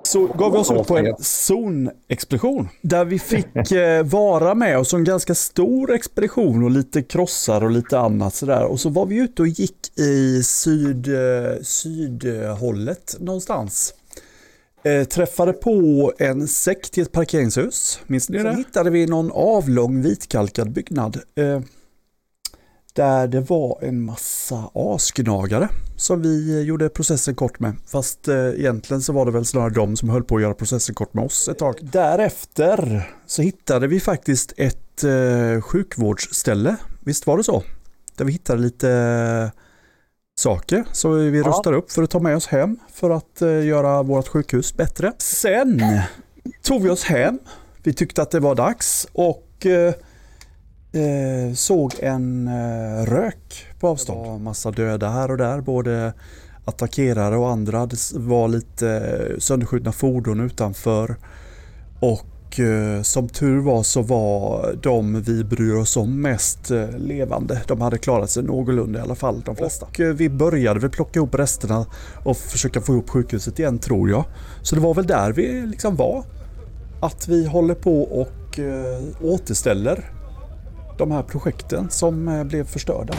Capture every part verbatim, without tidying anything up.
så gav vi oss ut på en zonexpedition där vi fick eh, vara med oss en ganska stor expedition och lite krossar och lite annat sådär. Och så var vi ute och gick i syd, eh, sydhållet någonstans. Eh, träffade på en sekt i ett parkeringshus. Minns ni det? Så hittade vi någon avlång vitkalkad byggnad. Eh, där det var en massa asgnagare som vi gjorde processen kort med. Fast eh, egentligen så var det väl snarare de som höll på att göra processen kort med oss ett tag. Därefter så hittade vi faktiskt ett eh, sjukvårdsställe. Visst var det så? Där vi hittade lite eh, saker så vi ja. rustar upp för att ta med oss hem för att eh, göra vårt sjukhus bättre. Sen tog vi oss hem. Vi tyckte att det var dags och eh, Eh, såg en eh, rök på avstånd. Det var massa döda här och där, både attackerare och andra. Det var lite eh, sönderskjutna fordon utanför och eh, som tur var så var de vi bryr oss om mest eh, levande. De hade klarat sig någorlunda i alla fall, de flesta. Och eh, vi började väl plocka ihop resterna och försöka få ihop sjukhuset igen, tror jag. Så det var väl där vi liksom var. Att vi håller på och eh, återställer de här projekten som blev förstörda.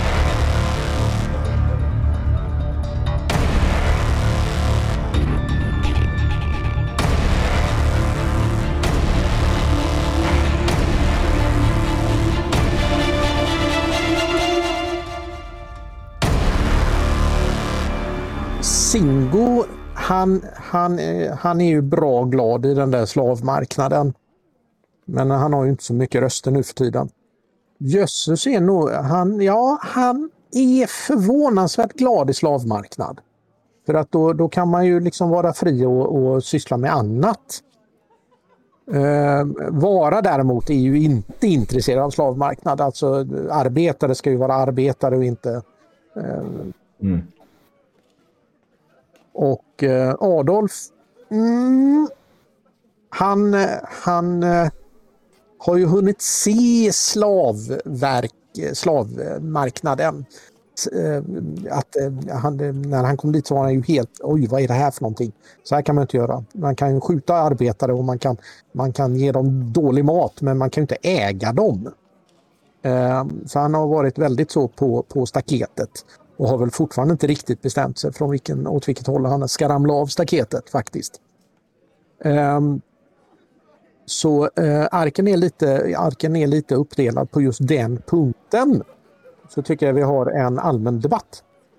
Singo, han, han, han är ju bra glad i den där slavmarknaden. Men han har ju inte så mycket röster nu för tiden. Jösses är nog, han, ja, han är förvånansvärt glad i slavmarknad. För att då, då kan man ju liksom vara fri och, och syssla med annat. Eh, vara däremot är ju inte intresserad av slavmarknad. Alltså arbetare ska ju vara arbetare och inte... Eh, mm. Och eh, Adolf, mm, han... han har ju hunnit se slavverk, slavmarknaden. Att han, när han kom dit så var han ju helt, oj vad är det här för någonting? Så här kan man inte göra. Man kan skjuta arbetare och man kan, man kan ge dem dålig mat, men man kan inte äga dem. Så han har varit väldigt så på, på staketet och har väl fortfarande inte riktigt bestämt sig från vilken, åt vilket håll han ska ramla av staketet faktiskt. Så eh, arken, är lite, arken är lite uppdelad på just den punkten. Så tycker jag vi har en allmän debatt.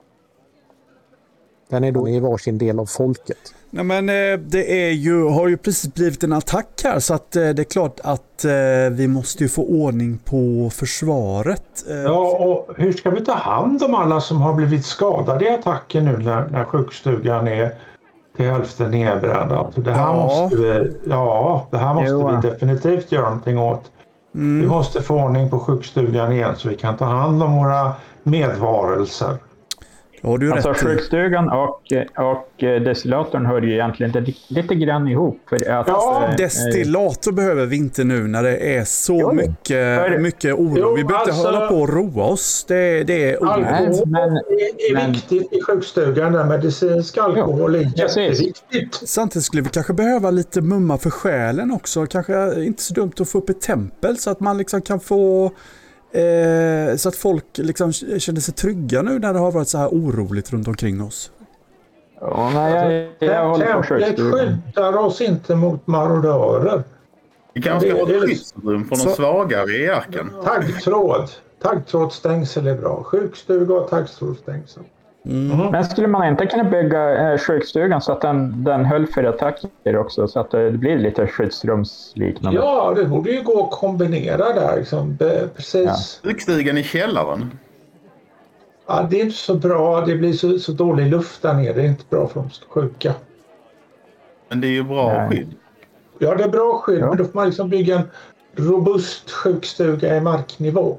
Den är då i varsin del av folket. Nej, men eh, det är ju, har ju precis blivit en attack här så att eh, det är klart att eh, vi måste ju få ordning på försvaret. Eh. Ja, och hur ska vi ta hand om alla som har blivit skadade i attacken nu när, när sjukstugan är till hälften nedbränd? Alltså det här ja. måste vi, ja, det här måste jo. vi definitivt göra någonting åt. Mm. Vi måste få ordning på sjukstugan igen så vi kan ta hand om våra medvarelser. Ja, du alltså sjukstugan och, och destillatorn hör ju egentligen lite, lite grann ihop. För att, ja, äh, destillator äh, behöver vi inte nu när det är så jo, mycket, för, mycket oro. Jo, vi behöver alltså, inte hålla på och roa oss. Det, det är alkohol men, är men, viktigt i sjukstugan. Där medicinsk alkohol är jätteviktigt. Samtidigt skulle vi kanske behöva lite mumma för själen också. Kanske inte så dumt att få upp ett tempel så att man liksom kan få... Eh, så att folk liksom känner sig trygga nu när det har varit så här oroligt runt omkring oss. Ja, nej, jag, jag håller på templet skyddar oss inte mot marodörer. Vi kanske ska ha ett skyddsrum för de svagare i arken. Taggtråd. Taggtrådstängsel är bra. Sjukstuga och taggtrådstängsel. Mm. Mm. Men skulle man inte kunna bygga eh, sjukstugan så att den, den höll för attacker också så att det blir lite skyddsrumsliknande? Ja, det borde ju gå att kombinera där. Liksom. Precis. Ja. Sjukstugan i källaren? Ja, det är inte så bra. Det blir så, så dålig luft där nere. Det är inte bra för de sjuka. Men det är ju bra Nej. skydd. Ja, det är bra skydd. Ja. Men då får man liksom bygga en robust sjukstuga i marknivå.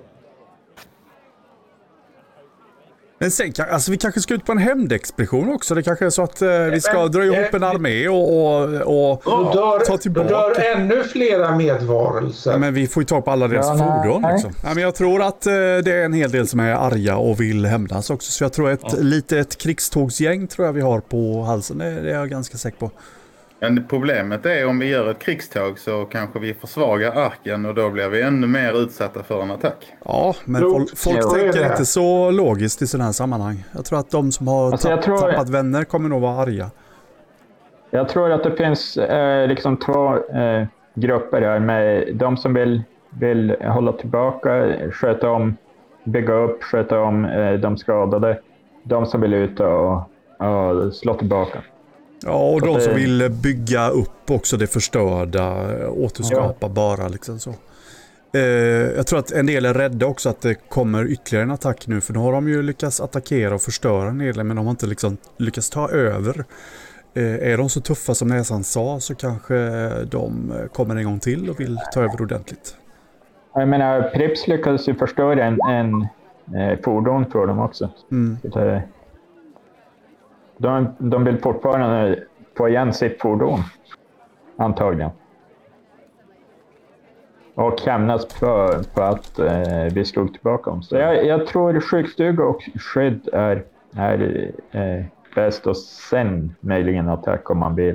Men sen, alltså vi kanske ska ut på en hämndexpedition också. Det kanske är så att eh, vi ska men, dra ihop en armé och, och, och ja, dör, ta tillbaka. Då dör ännu flera medvarelser. Ja, men vi får ju ta upp alla deras ja, fordon. Liksom. Ja, men jag tror att eh, det är en hel del som är arga och vill hämnas också. Så jag tror ett ja. litet krigstågsgäng tror jag vi har på halsen. Det, det är jag ganska säker på. Men problemet är om vi gör ett krigståg så kanske vi försvagar arken och då blir vi ännu mer utsatta för en attack. Ja, men folk, folk Jo, tänker det är inte det. så logiskt i sådana här sammanhang. Jag tror att de som har Alltså, jag tapp, tror- tappat vänner kommer nog vara arga. Jag tror att det finns eh, liksom två eh, grupper här med de som vill, vill hålla tillbaka, sköta om, bygga upp, sköta om eh, de skadade. De som vill ut och, och slå tillbaka. Ja, och Så de det- som vill bygga upp också det förstörda, återskapa bara liksom så. Eh, jag tror att en del är rädda också att det kommer ytterligare en attack nu, för nu har de ju lyckats attackera och förstöra en del, men de har inte liksom lyckats ta över. Eh, är de så tuffa som Näsan sa så kanske de kommer en gång till och vill ta över ordentligt. Jag menar, Prips lyckades ju förstöra en, en eh, fordon för dem också. Mm. Så det, de, de vill fortfarande få igen sitt fordon, antagligen. Och hämnas för, för att eh, vi slog tillbaka dem. Så jag, jag tror sjukstuga och skydd är, är eh, bäst, och sen möjligen attack om man vill.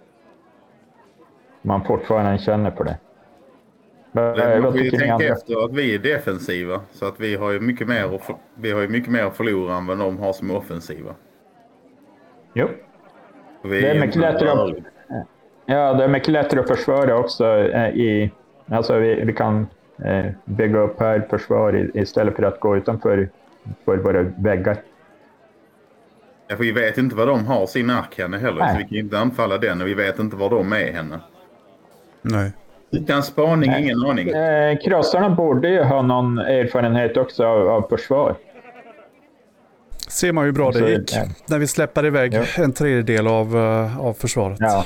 Man fortfarande känner på det. Vad, Det vad får ju tycker ni tänka andra? efter att vi är defensiva. Så att vi har ju mycket mer att, för- vi har ju mycket mer att förlora än vad de har som är offensiva. Jo. Vi Det är ju mycket inte lättare att- rörliga. Ja, det är mycket lättare att försvara också. Eh, i, alltså vi, vi kan eh, bygga upp här försvar i, istället för att gå utanför för våra väggar. Ja, för vi vet inte vad de har sin ark henne heller. Nej. Så vi kan inte anfalla den och vi vet inte var de är henne. Nej. Utan spaning, Nej. ingen aning. Eh, krossarna borde ju ha någon erfarenhet också av, av försvar. Ser man ju bra Alltså, det gick ja. när vi släpper iväg Ja. en tredjedel av, uh, av försvaret. Ja.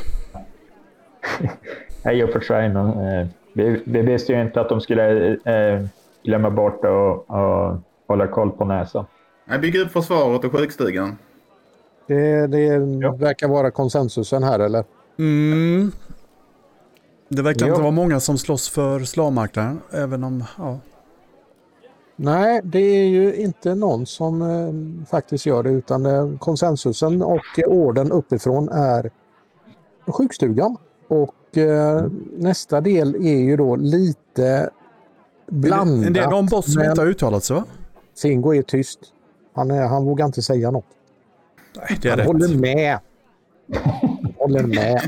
I och för sig, men eh, vi, vi visste ju inte att de skulle eh, glömma bort och, och hålla koll på näsan. Nej, bygga upp försvaret och sjukstugan. Det, det Ja. verkar vara konsensusen här, eller? Mm. Det verkar Jo. inte vara många som slåss för slavmarknaden, även om, ja. Nej, det är ju inte någon som eh, faktiskt gör det, utan eh, konsensusen och eh, orden uppifrån är sjukstugan. Och eh, nästa del är ju då lite blandat. En del av boss som men inte har uttalat sig, va? Singo är tyst. Han, är, han vågar inte säga något. Nej, det är Han rätt. håller med. Han håller med.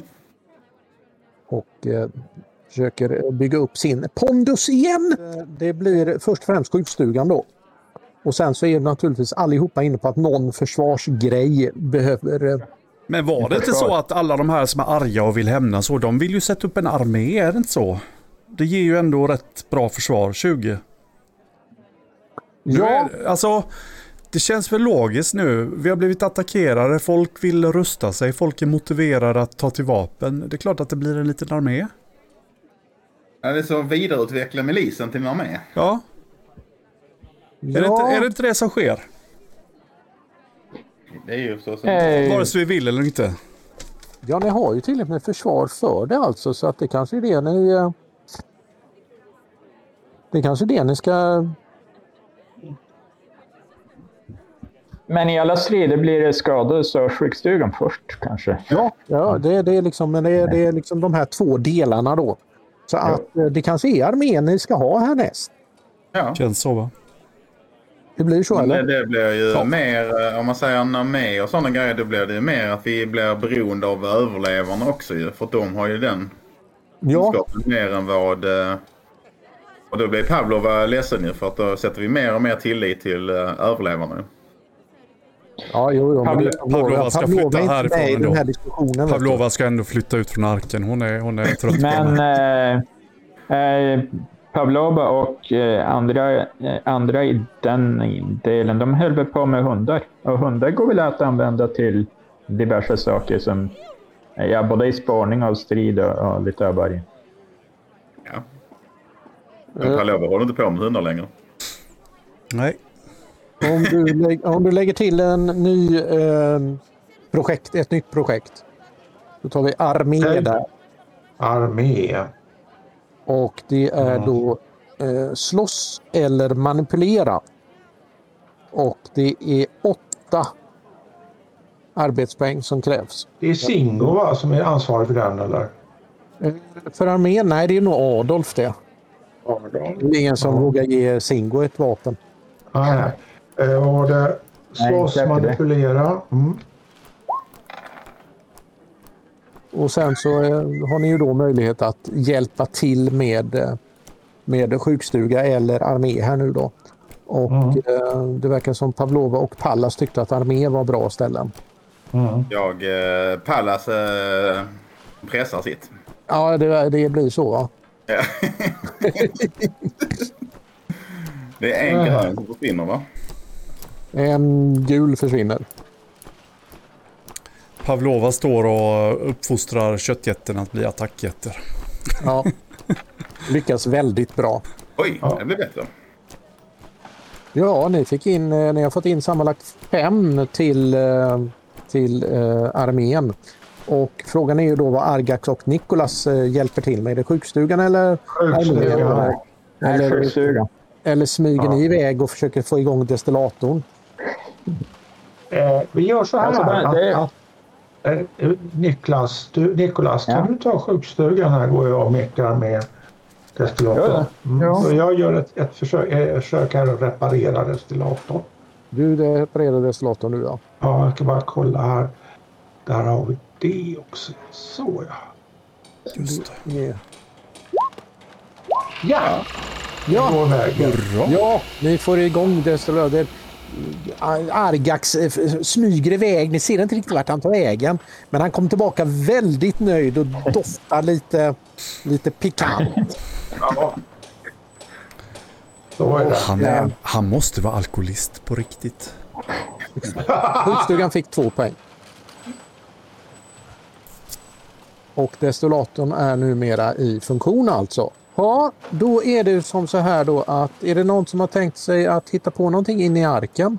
Och eh, försöker bygga upp sin pondus igen. Eh, Det blir först och främst sjukstugan då. Och sen så är det naturligtvis allihopa inne på att någon försvarsgrej behöver... Eh, Men var det inte så att alla de här som är arga och vill hämnas, så de vill ju sätta upp en armé, är det inte så? Det ger ju ändå rätt bra försvar, tjugo. Nu ja, är, alltså, det känns väl logiskt nu. Vi har blivit attackerade, folk vill rusta sig, folk är motiverade att ta till vapen. Det är klart att det blir en liten armé. Ja, det är så vidareutveckla milisen till en armé. Ja, är, det inte, ja, är det inte det som sker? Det är ju så som... Eh, Vare sig vi vill eller inte. ja, ni har ju tillräckligt med försvar för det alltså. Så att det kanske är det ni... eh, Det kanske är det ni ska... men i alla strider blir det skador, så sjukstugan först kanske. Ja, ja det, det, är liksom, men det, är, det är liksom de här två delarna då. Så att eh, det kanske är armén ni ska ha härnäst. Ja. Känns så, va? Det blir så, Men eller? det, det blir ju Ja. mer, eh, om man säger en armé och sådana grejer, då blir det mer att vi blir beroende av överlevarna också ju. För att de har ju den Ja, kunskapen mer än vad... eh, Och då blir Pavlova ledsen ju, för att då sätter vi mer och mer tillit till eh, överlevarna. ja jo, jo, men det, Pavlova ska Pavlova flytta är inte härifrån med i ändå. den här diskussionen. vet du. Pavlova ska ändå flytta ut från arken. Hon är, hon är trött på Men det. eh, eh, Pavlova och eh, andra, eh, andra i den delen, de höll väl på med hundar. Och hundar går väl att använda till diverse saker som eh, ja, både i spårning och strid och, och lite av varje. Ja. Men Pavlova håller inte på med hundar längre. Nej. Om du, lä- om du lägger till en ny eh, projekt, ett nytt projekt. Då tar vi armé Nej. där. Armé. Och det är Ja. då eh, slåss eller manipulera. Och det är åtta arbetspoäng som krävs. Det är Singo va, som är ansvarig för den eller? För armén? Nej, det är nog Adolf det. Adolf. Det är ingen som ja. vågar ge Singo ett vapen. Nej, nej. Vad var det? Slåss, manipulera. Mm. Och sen så har ni ju då möjlighet att hjälpa till med, med sjukstuga eller armé här nu då. Och mm. det verkar som Pavlova och Pallas tyckte att armé var bra ställen. Mm. Jag, eh, Pallas eh, pressar sitt. Ja, det, det blir så va? Ja. Det är en grön som försvinner va? En gul försvinner. Pavlova står och uppfostrar köttjätten att bli attackjätter. Ja, lyckas väldigt bra. Oj, det blir bättre. Ja, ni fick in, ni har fått in sammanlagt fem till, till uh, armén. Och frågan är ju då vad Argax och Nikolas uh, hjälper till med. Är det sjukstugan eller sjukstugan? Eller, eller, sjukstugan. eller smyger ja. ni iväg och försöker få igång destillatorn? Eh, vi gör så här alltså, att, det... att, eh, Niklas, du, Nikolas, kan ja. du ta sjukstugan här går jag och mekar med destillatorn. Mm. Ja. Så jag gör ett, ett försök, ett försök här att reparera destillatorn. Du reparerar destillatorn nu ja. Ja, jag ska bara kolla här. Där har vi det också. Så ja. Just det. Yeah. Ja! Ja, ja, ni får igång destillatorn. Argax smyger iväg. Ni ser inte riktigt vart han tar vägen. Men han kom tillbaka väldigt nöjd och doftar lite, lite pikant. Ja. Så är det. Han, är, han måste vara alkoholist på riktigt. Sjukstugan fick två poäng. Och destillatorn är numera i funktion alltså. Ja, då är det som så här då att är det någon som har tänkt sig att hitta på någonting in i arken?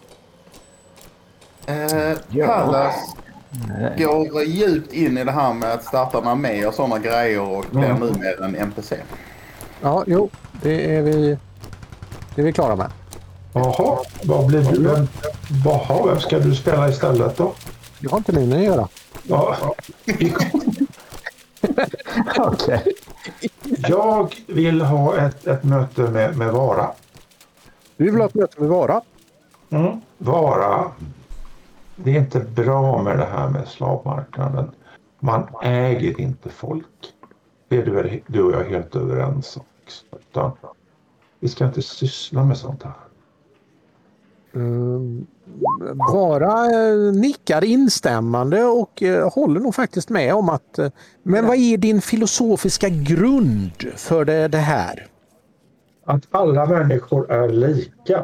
Eh, Pallas går djupt in i det här med att starta en armé och sådana grejer och blir mm. numera en N P C. Ja, jo, det är vi, det är vi klara med. Jaha, vad blir du? Vem, Jaha, vem ska du spela istället då? Jag har inte med mig att göra. Ja, okej. Jag vill ha ett, ett möte med, med Vara. Du vill ha ett möte med Vara? Mm. Vara. Det är inte bra med det här med slavmarknaden. Man äger inte folk. Det är du, väl, du och jag helt överens om. Utan vi ska inte syssla med sånt här. Mm, Vara nickar instämmande och uh, håller nog faktiskt med om att uh, men vad är din filosofiska grund för det, det här? Att alla människor är lika.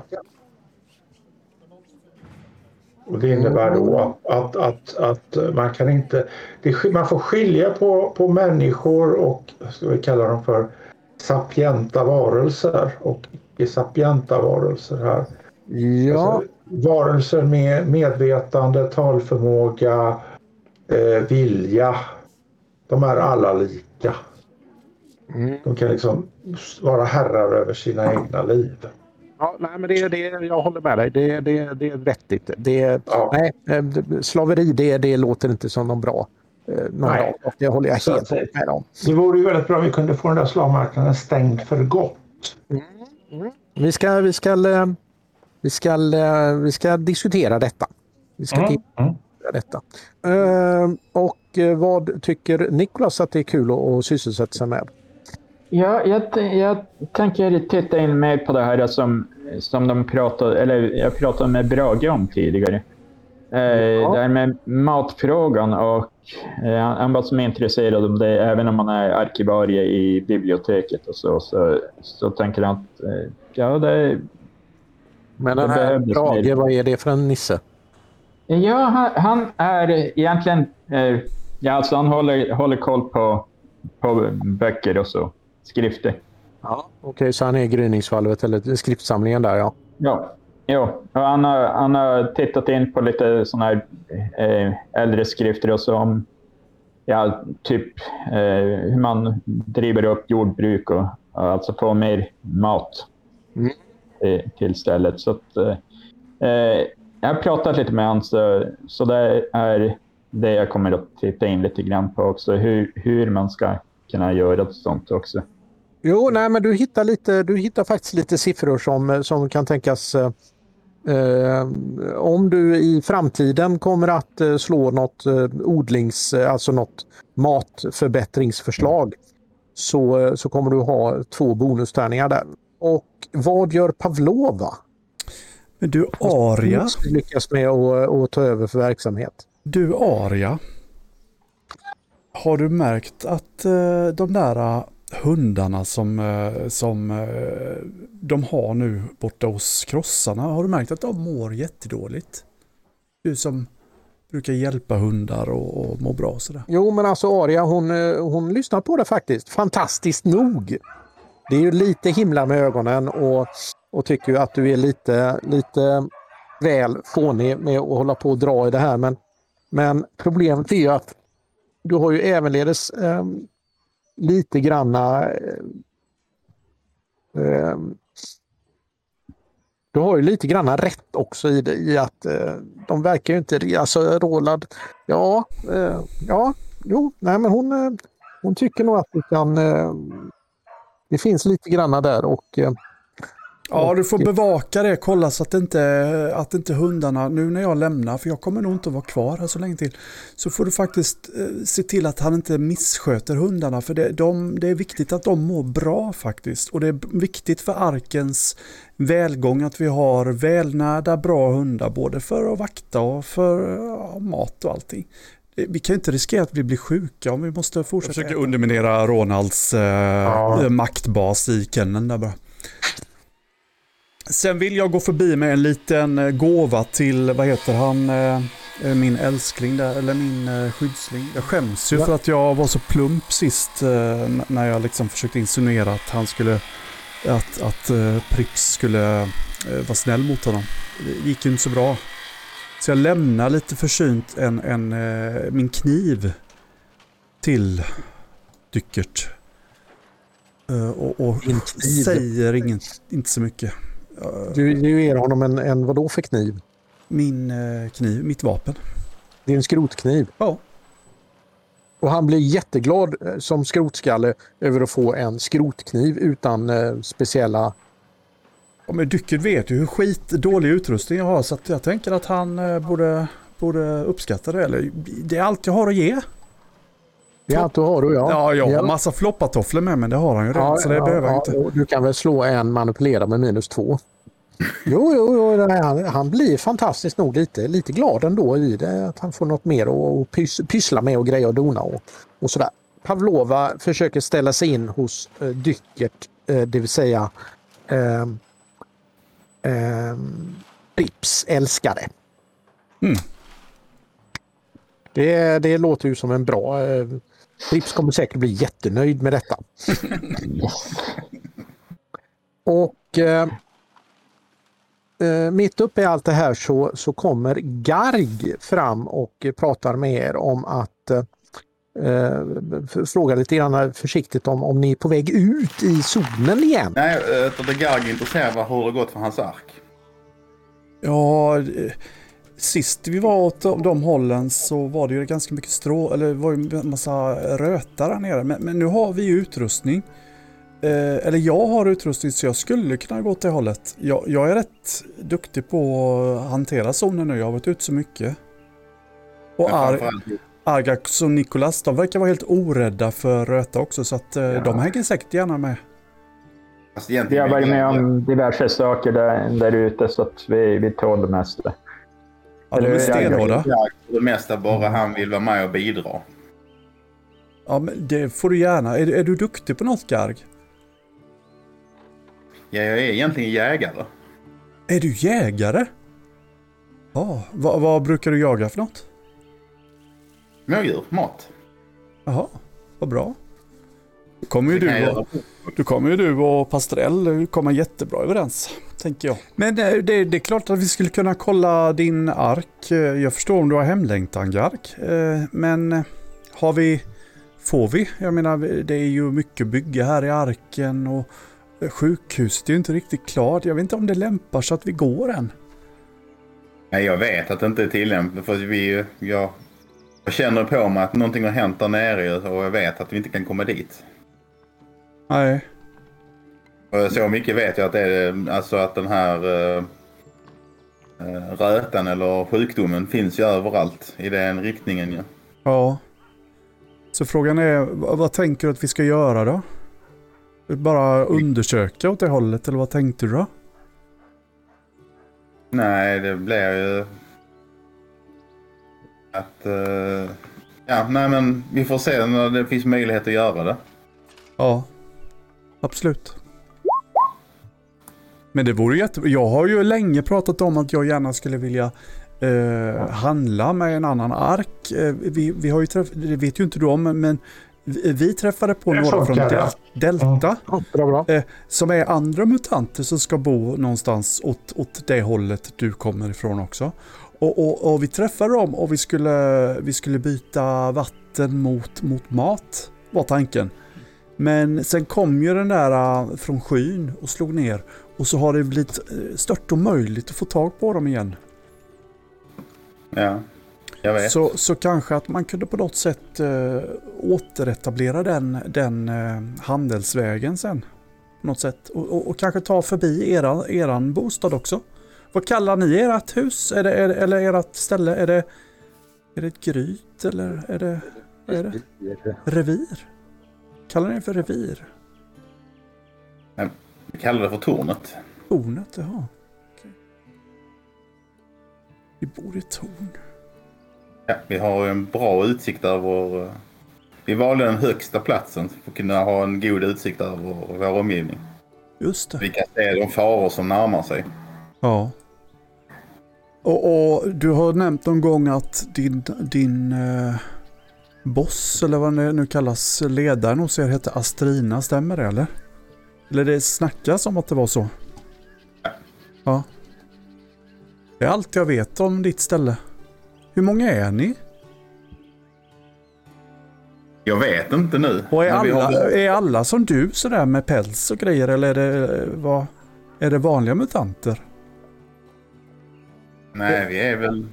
Och det innebär då att, att, att, att man kan inte det, man får skilja på, på människor och ska vi kalla dem för sapienta varelser och icke-sapienta varelser här. Ja. Alltså, varelser med medvetande, talförmåga, eh, vilja. De är alla lika. Mm. De kan liksom vara herrar över sina egna liv. Ja, nej, men det, det, jag håller med dig. Det, det, det är vettigt. Det, ja. nej, slaveri, det, det låter inte som någon bra. Någon nej. Bra. Det håller jag så helt att, med om. Det vore ju väldigt bra om vi kunde få den där slavmarknaden stängd för gott. Mm. Mm. Vi ska... Vi ska Vi ska, vi ska diskutera detta. Vi ska mm. mm. detta. Uh, och vad tycker Nikolas att det är kul att, att sysselsätta sig med? Ja, jag, jag tänker titta in mer på det här som, som de pratade, eller jag pratade med Brage om tidigare. Uh, ja. Det här med matfrågan och uh, han var som är intresserad om det även om man är arkivarie i biblioteket och så, så, så tänker han att uh, ja, det är men den här Brage, vad är det för en nisse? Ja, han, han är egentligen... Eh, ja, alltså han håller, håller koll på, på böcker och så. Skrifter. Ja, okej, okay, så han är gryningsvalvet eller skriftsamlingen där, ja. Ja, jo. Och han, har, han har tittat in på lite sådana här eh, äldre skrifter och så om ja, typ eh, hur man driver upp jordbruk och, och alltså få mer mat. Mm. till stället. Så att, eh, jag har pratat lite med honom, så, så det är det jag kommer att titta in lite grann på också. Hur, hur man ska kunna göra sånt också. Jo, nej, men du hittar, lite, du hittar faktiskt lite siffror som, som kan tänkas... Eh, om du i framtiden kommer att eh, slå något eh, odlings, alltså något matförbättringsförslag, så, eh, så kommer du ha två bonustärningar där. Och vad gör Pavlova? Men du, Aria. Lyckas med att, att ta över för verksamhet. Du, Aria. Har du märkt att eh, de där hundarna som, eh, som eh, de har nu borta hos krossarna, har du märkt att de mår jättedåligt? Du som brukar hjälpa hundar och, och må bra sådär. Jo, men alltså Aria, hon, hon lyssnar på det faktiskt. Fantastiskt nog. Det är ju lite himla med ögonen och, och tycker ju att du är lite, lite väl fånig med att hålla på och dra i det här. Men, men problemet är ju att du har ju ävenledes eh, lite granna eh, eh, du har ju lite granna rätt också i, det, i att eh, de verkar ju inte, alltså Roland, ja, eh, ja, jo, nej men hon, eh, hon tycker nog att det kan, eh, det finns lite granna där och eh, ja, du får bevaka det, kolla så att inte, att inte hundarna, nu när jag lämnar, för jag kommer nog inte att vara kvar här så länge till, så får du faktiskt eh, se till att han inte missköter hundarna, för det, de, det är viktigt att de mår bra faktiskt, och det är viktigt för arkens välgång att vi har välnärda, bra hundar, både för att vakta och för ja, mat och allting. Vi kan inte riskera att vi blir sjuka om vi måste fortsätta. Jag försöker underminera Ronalds eh, ja. maktbas i kenneln där bara. Sen vill jag gå förbi med en liten gåva till, vad heter han, min älskling där, eller min skyddsling. Jag skäms ju ja. för att jag var så plump sist när jag liksom försökte insinuera att han skulle, att, att Prips skulle vara snäll mot honom. Det gick ju inte så bra. Så jag lämnar lite försynt en, en, min kniv till Dyckert. Och, och säger ingen, inte så mycket. Du, du ger honom en, en vadå för kniv? Min eh, kniv, mitt vapen. Det är en skrotkniv? Ja. Och han blir jätteglad eh, som skrotskalle över att få en skrotkniv utan eh, speciella... Ja, men Dyckert vet ju hur skit dålig utrustning jag har, så att jag tänker att han eh, borde, borde uppskatta det. Eller, det är allt jag har att ge. Det är allt du har du, ja. Ja, jag har ja. massa floppatofflor med, men det har han ju redan, ja, så det ja, behöver ja, jag inte. Du kan väl slå en manipulera med minus två. Jo, jo, jo han, han blir fantastiskt nog lite, lite glad ändå i det. Att han får något mer att pys, pyssla med och greja och dona och, och sådär. Pavlova försöker ställa sig in hos eh, Dyckert, eh, det vill säga eh, eh, Prips älskare. Mm. Det, det låter ju som en bra... Eh, Prips kommer säkert bli jättenöjd med detta. Och eh, eh, mitt uppe i allt det här så, så kommer Garg fram och pratar med er om att eh, fråga lite grann försiktigt om, om ni är på väg ut i zonen igen. Nej, det är Garg intresserad av hur det gått för hans ark. Ja... Sist vi var åt de hållen så var det ju ganska mycket strå, eller det var ju en massa rötar där nere. Men, men nu har vi ju utrustning. Eh, eller jag har utrustning så jag skulle kunna gå åt det hållet. Jag, jag är rätt duktig på att hantera zonen nu. Jag har varit ut så mycket. Och Ar- Argax och Nikolas, de verkar vara helt orädda för röta också. Så att eh, ja. de hänger säkert gärna med. Vi har varit med om diverse saker där, där ute så att vi, vi tål det mesta. Ja, de är stenhårda. Det mesta bara han vill vara med och bidra. Ja, men det får du gärna. Är, är du duktig på något, Garg? Ja, jag är egentligen jägare. Är du jägare? Ja, vad, vad brukar du jaga för något? Smådjur, mat. Jaha, vad bra. Då kommer ju du och, då kommer ju du och Pastrell komma jättebra överens, tänker jag. Men det, det, det är klart att vi skulle kunna kolla din ark. Jag förstår om du har hemlängtan, Garg. Men har vi, får vi? Jag menar, det är ju mycket bygge här i arken och sjukhuset är ju inte riktigt klart. Jag vet inte om det lämpar så att vi går än. Nej, jag vet att det inte är tillämpligt. För vi, jag, jag känner på mig att någonting har hänt där nere och jag vet att vi inte kan komma dit. Nej. Och så mycket vet jag att det är alltså att den här uh, rötan eller sjukdomen finns ju överallt i den riktningen. Ja. Ja. Så frågan är, vad, vad tänker du att vi ska göra då? Bara undersöka åt det hållet, eller vad tänkte du då? Nej, det blir ju att uh, ja, nej men vi får se när det finns möjlighet att göra det. Ja, absolut. Men det vore jätte... Jag har ju länge pratat om att jag gärna skulle vilja eh, handla med en annan ark. Eh, vi, vi har ju träffat, det vet ju inte du om, men vi, vi träffade på några från Del, Delta. Ja, bra, bra. Eh, som är andra mutanter som ska bo någonstans åt, åt det hållet du kommer ifrån också. Och, och, och vi träffade dem och vi skulle, vi skulle byta vatten mot, mot mat, var tanken. Men sen kom ju den där uh, från skyn och slog ner. Och så har det blivit uh, stört omöjligt att få tag på dem igen. Ja, jag vet. Så, så kanske att man kunde på något sätt uh, återetablera den, den uh, handelsvägen sen. På något sätt. Och, och, och kanske ta förbi era, eran bostad också. Vad kallar ni ert hus? Är det, är det, eller ert ställe? Är det, är det ett gryt? Eller är det, är det revir? Kallar ni det för revir? Nej, vi kallar det för tornet. Tornet, jaha. Okay. Vi bor i torn. Ja, vi har en bra utsikt över... Vi valde den högsta platsen för att kunna ha en god utsikt över vår omgivning. Just det. Vi kan se de faror som närmar sig. Ja. Och, och du har nämnt någon gång att din... din eh... boss, eller vad det nu kallas, ledaren hos er heter Astrina, stämmer det eller? Eller det snackas om att det var så? Ja. Det är allt jag vet om ditt ställe. Hur många är ni? Jag vet inte nu. Och är, alla, har... är alla som du sådär med päls och grejer, eller är det, vad, är det vanliga mutanter? Nej, vi är väl...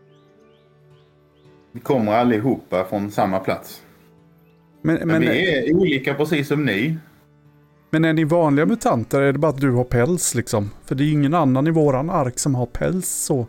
Vi kommer allihopa från samma plats. Men, men, men vi är olika precis som ni. Men är ni vanliga mutanter? Är det bara att du har päls liksom? För det är ju ingen annan i våran ark som har päls så.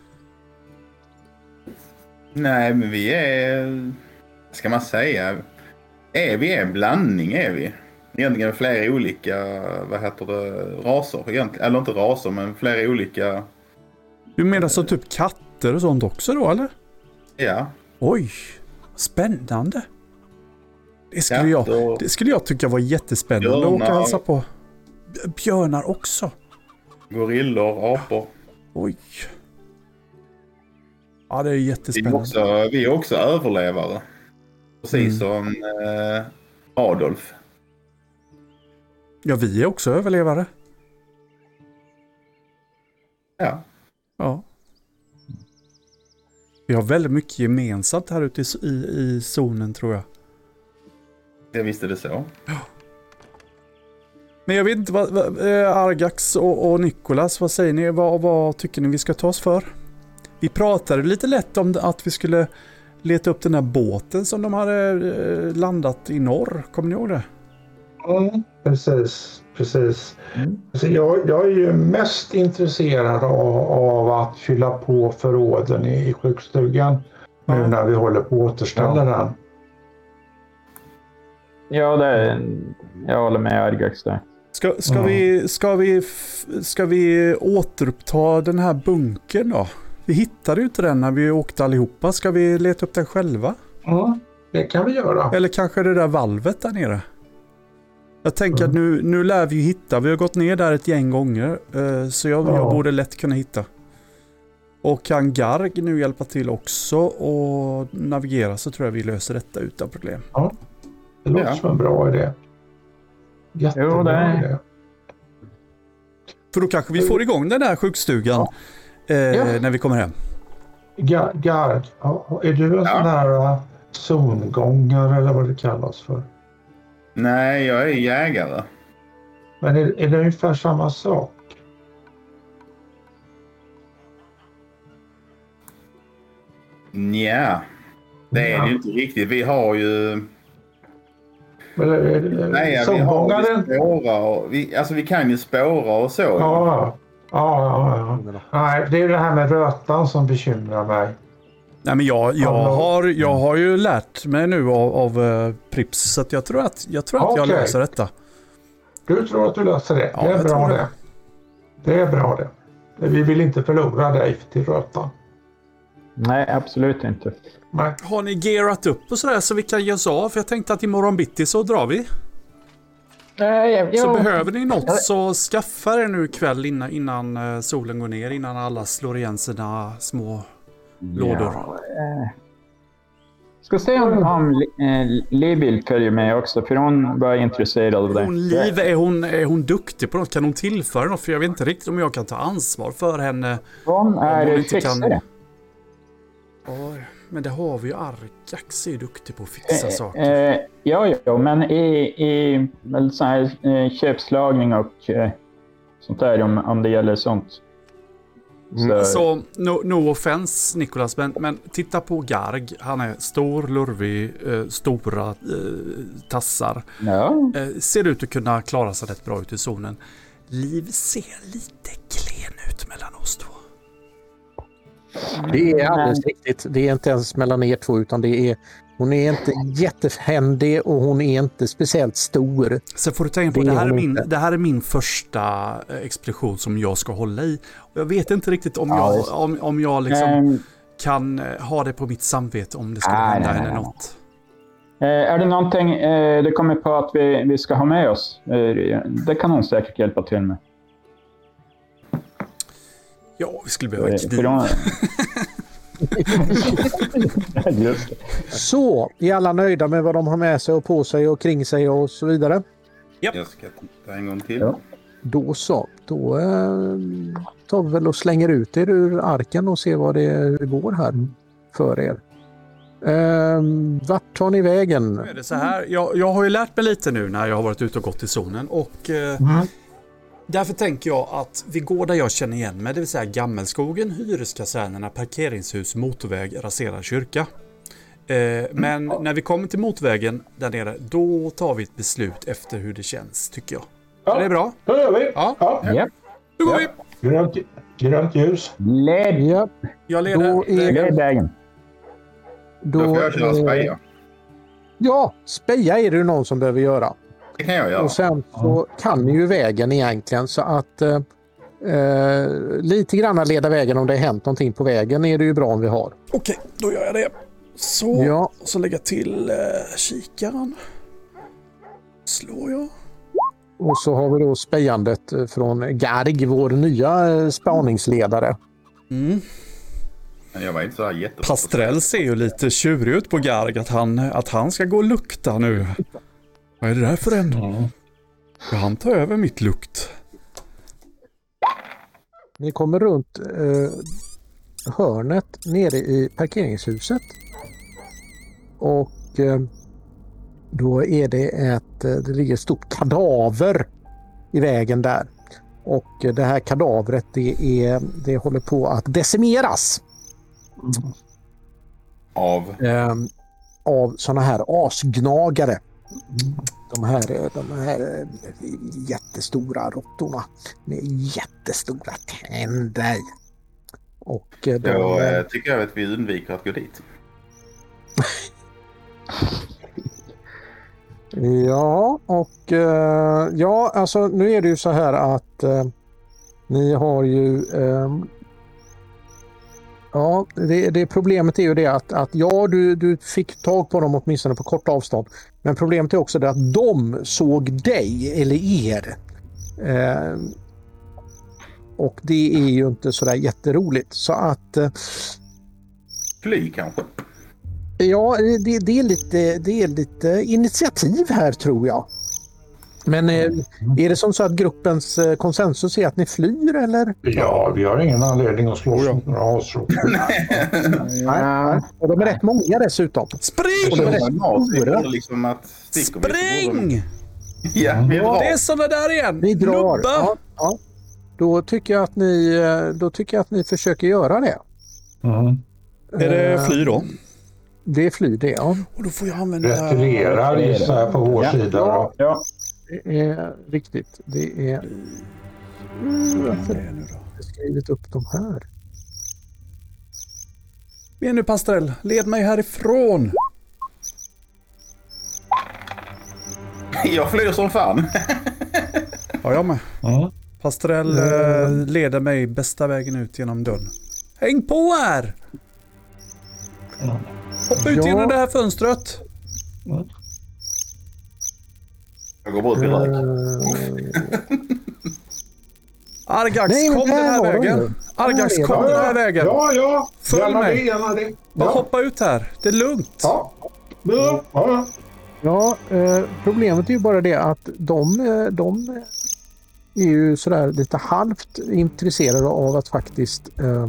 Nej, men vi är... Ska man säga... Är vi en blandning är vi. Egentligen flera olika, vad heter det, raser. Egentligen, eller inte raser, men flera olika... Du menar så typ katter och sånt också då, eller? Ja. Oj, spännande. Det skulle, ja, jag, då... det skulle jag tycka var jättespännande Björnar. att åka och hälsa på. Björnar också. Gorillor, apor. Oj. Ja, det är jättespännande. Vi är också, vi är också överlevare. Precis mm. som eh, Adolf. Ja, vi är också överlevare. Ja. Ja. Vi har väldigt mycket gemensamt här ute i, i, i zonen, tror jag. Jag visste det så. Ja. Men jag vet inte vad, vad Argax och, och Nikolas, vad säger ni? Vad, vad tycker ni vi ska ta oss för? Vi pratade lite lätt om att vi skulle leta upp den här båten som de hade landat i norr. Kommer ni ihåg det? Mm, precis. precis. Mm. Alltså jag, jag är ju mest intresserad av, av att fylla på förråden i, i sjukstugan nu mm. när vi håller på att återställa ja. den. Ja, det, jag håller med Argax där. Ska, ska, mm. vi, ska, vi, ska vi återuppta den här bunkern då? Vi hittade ju inte den när vi åkte allihopa. Ska vi leta upp den själva? Ja, det kan vi göra. Eller kanske det där valvet där nere. Jag tänker mm. att nu, nu lär vi hitta. Vi har gått ner där ett gäng gånger. Så jag, ja. jag borde lätt kunna hitta. Och kan Garg nu hjälpa till också och navigera, så tror jag vi löser detta utan problem. Ja, det låter ja. som en bra idé. Jättebra jo, det... idé. För då kanske vi får igång den där sjukstugan ja. eh, ja. när vi kommer hem. Gar, Garg, är du en ja. sån där zongångare eller vad det kallas för? Nej, jag är jägare. Men är, är det ungefär samma sak? Nja, det är det ju inte riktigt. Vi har ju... Men, eh, Nej, vi har ju spåra och vi, alltså vi kan ju spåra och så. Ja, ja, ja, ja. Nej, det är det här med rötan som bekymrar mig. Nej, men jag, jag, har, jag har ju lärt mig nu av, av uh, Prips, så att jag tror att, jag, tror att okay. jag löser detta. Du tror att du löser det? Ja, det är bra det. det. Det är bra det. Vi vill inte förlora dig till rötan. Nej, absolut inte. Nej. Har ni gearat upp och sådär så vi kan ge oss av? För jag tänkte att imorgon bitti så drar vi. Nej, jag, så jag, behöver ni något jag, så skaffa det nu ikväll innan, innan solen går ner. Innan alla slår igen sina små ja, lådor. Eh. Ska se om, om eh, Liv vill följa med också. För hon var intresserad av det. Hon, Liv, är hon, är hon duktig på något? Kan hon tillföra något? För jag vet inte riktigt om jag kan ta ansvar för henne. Hon är hon fixare. Kan... Oj, men det har vi ju. Arkax är ju duktig på att fixa eh, saker. Eh, ja, ja, men i, i väl så här, eh, köpslagning och eh, sånt där om, om det gäller sånt. Så, mm. så no, no offense Nicholas, men, men titta på Garg. Han är stor, lurvig, eh, stora eh, tassar. Ja. Eh, ser ut att kunna klara sig rätt bra ut i zonen. Liv ser lite klen ut mellan oss två. Det är alldeles riktigt. Det är inte ens mellan er två, utan det är, hon är inte jättehändig och hon är inte speciellt stor. Så får du tänka på, det, det, här är min, det här är min första expedition som jag ska hålla i. Och jag vet inte riktigt om jag, ja, om, om jag liksom um, kan ha det på mitt samvete om det skulle nej, hända henne något. Eh, är det någonting eh, du kommer på att vi, vi ska ha med oss? Eh, det kan hon säkert hjälpa till med. Ja, vi skulle behöva kniv. Så, är alla nöjda med vad de har med sig och på sig och kring sig och så vidare? Yep. Jag ska titta en gång till. Ja. Då så, då eh, tar vi väl och slänger ut er ur arken och ser vad det går här för er. Eh, vart tar ni vägen? Nu är det så här. Jag, jag har ju lärt mig lite nu när jag har varit ute och gått i zonen och eh, mm. därför tänker jag att vi går där jag känner igen mig, det vill säga Gammelskogen, hyreskasernerna, parkeringshus, motorväg, raserad kyrka. Eh, men när vi kommer till motorvägen där nere, då tar vi ett beslut efter hur det känns, tycker jag. Ja, så det är bra. Då gör vi. Ja. Ja. Ja. Då går ja. vi. Grönt, grönt ljus. Led. Ja. Jag leder. Led vägen. Då, då får jag köra speja. Ja, speja är det ju någon som behöver göra. Det kan jag göra. Och sen så kan ni ju vägen egentligen, så att eh, lite grann leda vägen om det har hänt någonting på vägen är det ju bra om vi har. Okej, då gör jag det. Så, ja. så lägga till eh, kikaren. Slår jag. Och så har vi då spejandet från Garg, vår nya spaningsledare. Mm. Jag var inte så jättebra. Pastrell ser ju lite tjurig ut på Garg att han, att han ska gå och lukta nu. Vad är det där för en? Mm. Ja, han tar över mitt lukt. Ni kommer runt eh, hörnet nere i parkeringshuset. Och eh, då är det ett, det ligger ett stort kadaver i vägen där. Och det här kadavret, det, är, det håller på att decimeras. Mm. Av? Eh, av såna här asgnagare. De här, de här jättestora råttorna med jättestora tänder. Och de, Då äh, tycker jag att vi undviker att gå dit. Ja, och uh, ja, alltså nu är det ju så här att uh, ni har ju uh, ja, det, det problemet är ju det att, att ja, du, du fick tag på dem åtminstone på kort avstånd. Men problemet är också det att de såg dig eller er. Uh, och det är ju inte sådär jätteroligt. Så att uh, fly kanske. Ja, det, det, är lite, det är lite initiativ här tror jag. Men är, är det som så att gruppens konsensus är att ni flyr eller? Ja, vi har ingen anledning att slå ja. några asror. Nej, och de är rätt många dessutom. Spring! Och de är rätt stora. Liksom att Spring! Ja, vi ja, det är sådana där igen. Ni drar. Ja, ja. Då tycker jag att ni, då tycker jag att ni försöker göra det. Mm. Är det fly då? Det är fly det, ja. Och då får jag använda... Retirerar gissar jag på vår ja. sida. Ja, ja. Det är riktigt. Det är... Mm, varför har jag skrivit upp de här? Men nu Pastrell, led mig härifrån. Jag flyr som fan. Ja, jag med. Mm. Pastrell mm. leder mig bästa vägen ut genom dörren. Häng på här! Mm. Hoppa ut ja. genom det här fönstret. Mm. Jag går bort direkt. Uh... Argax, Nej, kom den här vägen. det. Argax, kom Ja, den här ja. vägen. Ja, ja. Följ Gärna mig. det, gärna det. Bara Ja. hoppa ut här. Det är lugnt. Ja. Ja. Ja. Ja, eh, problemet är ju bara det att de, eh, de är ju sådär lite halvt intresserade av att faktiskt eh,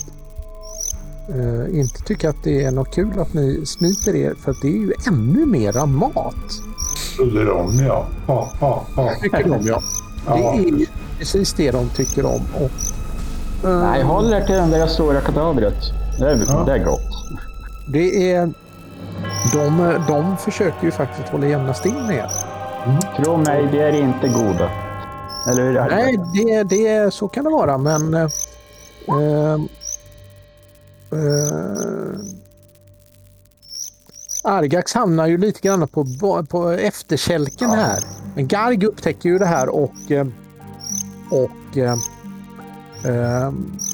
eh, inte tycka att det är något kul att ni smiter er, för att det är ju ännu mera mat. Trodde de, ja. Ja, ja, ja. Tycker de, ja. Det Ja. är ju precis det de tycker om. Och, eh, Nej, håll er till den där stora kadavret. Det är, Ja. det är gott. det är, de, de försöker ju faktiskt hålla jämna steg med er. Tro mig, det är inte goda. Eller hur? Nej, det, det, så kan det vara, men eh, eh, eh, Argax hamnar ju lite grann på, på efterkälken här. Men Garg upptäcker ju det här och eh, och eh, eh,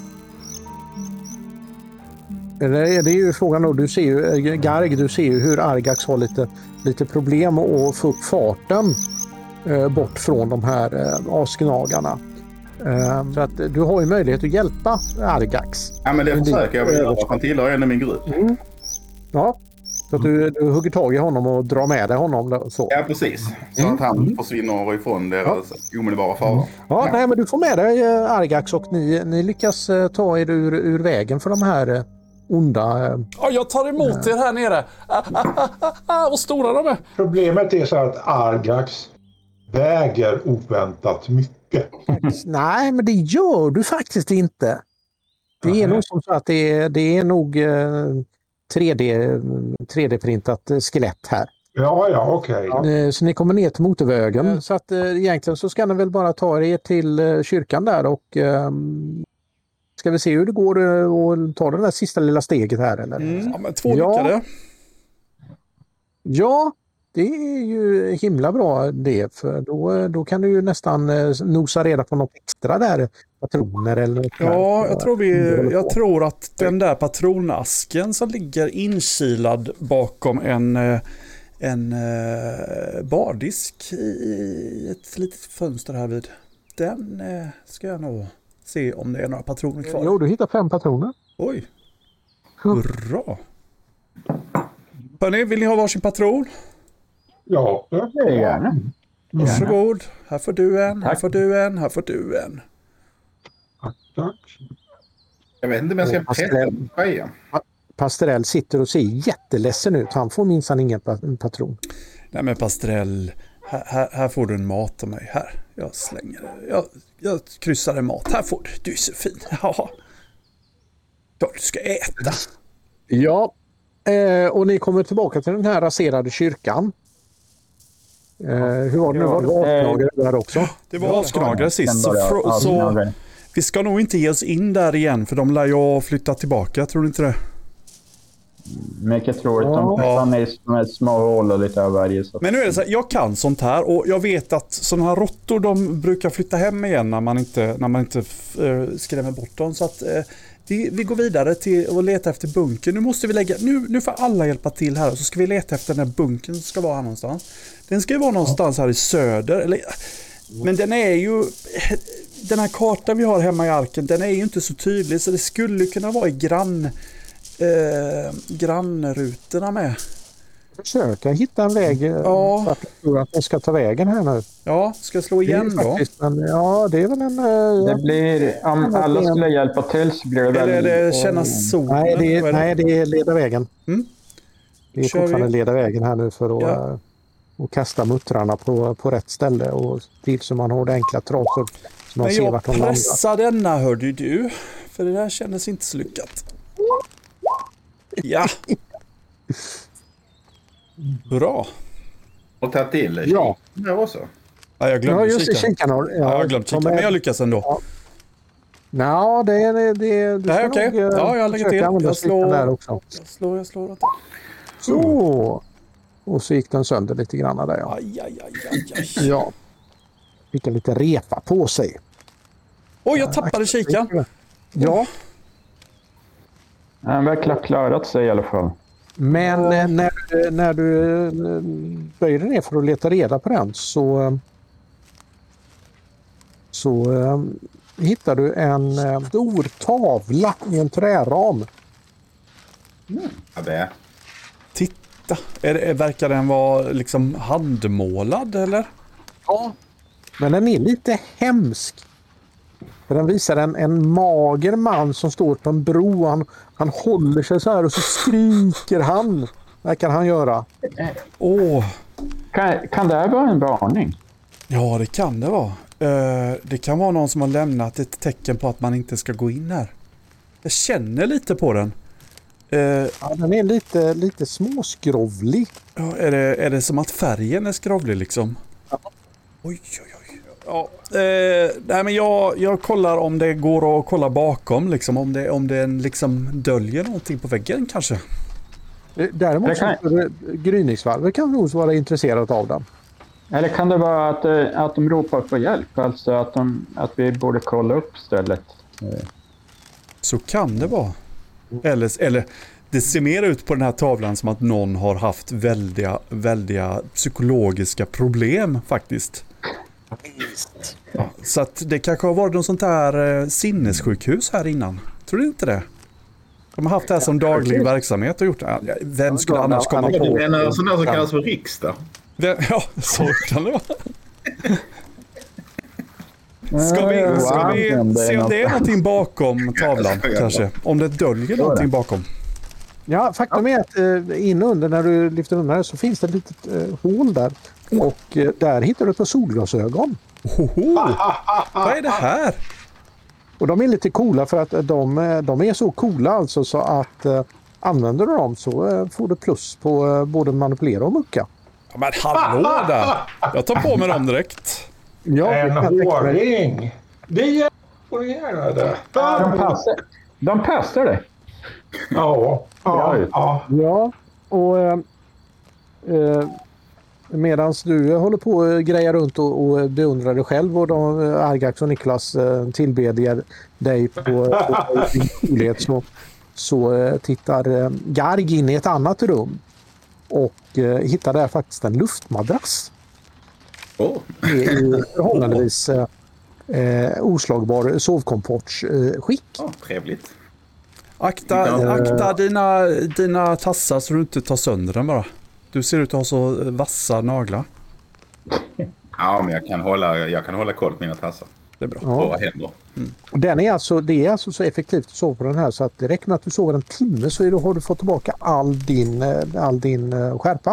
det, det är ju frågan då, du ser ju Garg, du ser ju hur Argax har lite, lite problem att få upp farten eh, bort från de här eh, asgnagarna. Eh, så att du har ju möjlighet att hjälpa Argax. Ja, men det Men det- försöker jag väl göra. Han tillhör en i min grupp. Mm. Ja, så att du, du hugger tag i honom och drar med dig honom. Då, så. Ja, precis. Så att han försvinner ifrån deras omedelbara fara. Ja, nej, men du får med dig eh, Argax och ni, ni lyckas eh, ta er ur, ur vägen för de här eh, onda... Eh, Ja, jag tar emot er här nere. Ah, ah, ah, ah, ah, vad stora de är. Problemet är så att Argax väger oväntat mycket. nej, men det gör du faktiskt inte. Det är Nej. nog som så att det är, det är nog eh, tre D, tre D-printat eh, skelett här. Ja, ja, okej. Eh, Så ni kommer ner till motorvägen. Så att eh, egentligen så ska ni väl bara ta er till eh, kyrkan där och eh, ska vi se hur det går eh, och ta det där sista lilla steget här eller? Mm. Ja, men två Ja. lyckade. Ja, det är ju himla bra det, för då, då kan du ju nästan eh, nosa reda på något extra där, patroner eller något Ja, där. jag tror, vi, jag tror att den där patronasken som ligger inkilad bakom en, eh, en eh, bardisk i ett litet fönster här vid, den eh, ska jag nog se om det är några patroner kvar. Jo, du hittar fem patroner. Oj, hurra! Hörrni, vill ni ha varsin patron? Ja, Det är gärna. Varsågod, här får du en, här Tack. får du en, här får du en. tack. Jag vet inte om jag ska peta Freja. Pastrell sitter och ser jätteledsen ut. Han får minsann ingen pa- patron. Nej men Pastrell, här, här, här får du en mat av mig. Här, jag slänger det. Jag, jag kryssar en mat. Här får du, du är så fin. Ja, ja du ska äta. Ja, eh, och ni kommer tillbaka till den här raserade kyrkan. Eh, hur var det nu? Var det avknagare där också? Det var avsknagare sist, så, Sen fr- bara så avknagare. vi ska nog inte ge oss in där igen, för de lär ju flytta tillbaka, tror du inte det? Mycket troligt. Ja. De försvann i små- små hål och lite av varje. Så. Men nu är det så här, jag kan sånt här och jag vet att sådana här råttor, de brukar flytta hem igen när man inte, när man inte äh, skrämmer bort dem. Så att äh, vi, vi går vidare till att leta efter bunken. Nu måste vi lägga, nu, nu får alla hjälpa till här och så ska vi leta efter den här bunken som ska vara här någonstans. Den ska ju vara någonstans här i söder. Eller, men den är ju, den här kartan vi har hemma i arken, den är ju inte så tydlig, så det skulle kunna vara i grann, eh, grannrutorna med. Försöka hitta en väg. eh, Ja. Vart jag tror att jag ska ta vägen här nu. Ja, ska jag slå igen det är då? faktiskt, men, ja, det är väl en... eh, Det blir, om alla skulle hjälpa till så blir det väl... Eller är det känna solen? Nej, det är, Vad är nej, det är leda vägen. Mm. Det är Kör fortfarande vi. leda vägen här nu för att Ja. eh, och kasta muttrarna på, på rätt ställe och till så man har det enkla trasor så man Men ser jag vart de landar. pressar denna, hörde du. För det där kändes inte så lyckat. Ja. Bra. Och ta till Ja. det också. Ja, jag glömde Ja, just det, kikaren. kikaren. Ja, Ja, jag glömde kikaren, men jag lyckas ändå. Ja. Ja, det är det. det du Nej, ska okej. nog, eh, Ja, jag lägger försöka till. använda Jag kikaren slår- där också. Jag slår, jag slår. Vänta. Så. Och så gick den sönder lite grann där. Ja. Aj, aj, aj, aj, aj. Ja. Fick en liten repa på sig. Oj, jag tappade kikaren. Ja, Han verkar ha klarat sig i alla fall. men eh, när, du- när du eh, böjer dig ner för att leta reda på den så, eh, så eh, hittar du en eh, stor tavla i en träram. Ja, det. Titta. Är det, verkar den vara liksom handmålad eller? Ja. Men den är lite hemsk. För den visar en, en mager man som står på en bro. Han, han håller sig så här och så skriker han. Vad kan han göra? Åh, Kan, kan det här vara en varning? ja det kan det vara. Eh, det kan vara någon som har lämnat ett tecken på att man inte ska gå in här. Jag känner lite på den. Eh, Ja, den är lite, lite småskrovlig. ja, är, det, är det som att färgen är skrovlig liksom? Ja. Oj, oj, oj. Ja, eh, nej, men jag, jag kollar om det går att kolla bakom. Liksom, om det, om det liksom döljer någonting på väggen kanske. Däremot Det kan- så skulle gryningsvalvet kan nog vara intresserat av den. Eller kan det vara att, eh, att de ropar på hjälp? Alltså att, de, att vi borde kolla upp stället? Eh, Så kan det vara. Eller, eller det ser mer ut på den här tavlan som att någon har haft väldiga, väldiga psykologiska problem faktiskt. Ja, så att det kanske har varit något sånt här eh, sinnessjukhus här innan. Tror du inte det? De har haft det här som daglig verksamhet och gjort det. Ja, vem skulle Ja, annars komma ja, på? Du menar sån där som kallas för riksdag? Vem, ja, så kan det vara. Ska vi, ska vi se om det är någonting bakom tavlan kanske? Om det döljer någonting bakom. Ja, faktum är att eh, in under när du lyfter undan det så finns det ett litet eh, hål där. Och eh, där hittar du ett par solglasögon. Hoho! Vad är det här? Och de är lite coola för att de, eh, de är så coola alltså så att eh, använder du dem så eh, får du plus på eh, både manipulera och mucka. Ja, men hallå där! Jag tar på mig dem direkt. Ja, En det kan jag tänka mig. hårring. Vi är imponerade. De passar, de passar det. Ja, ja, ja. Ja, och eh, eh, medan du håller på och grejer runt och, och beundrar dig själv och de, eh, Argax och Niklas eh, tillbedjer dig på, på din storhet så, så eh, tittar eh, Garg in i ett annat rum och eh, hittar där faktiskt en luftmadrass Åh, i, i förhållandevis eh, eh, oslagbar sovkomfortsskick. ja, trevligt. Akta, akta dina, dina tassar så du inte tar sönder den bara. Du ser ut att ha så vassa naglar. Ja, men jag kan hålla, jag kan hålla koll på mina tassar. Det är bra. Ja. Våra händer. Den är alltså, det är alltså så effektivt att sova på den här så att det räcker med att du sover en timme så är du, har du fått tillbaka all din, eh, all din eh, skärpa.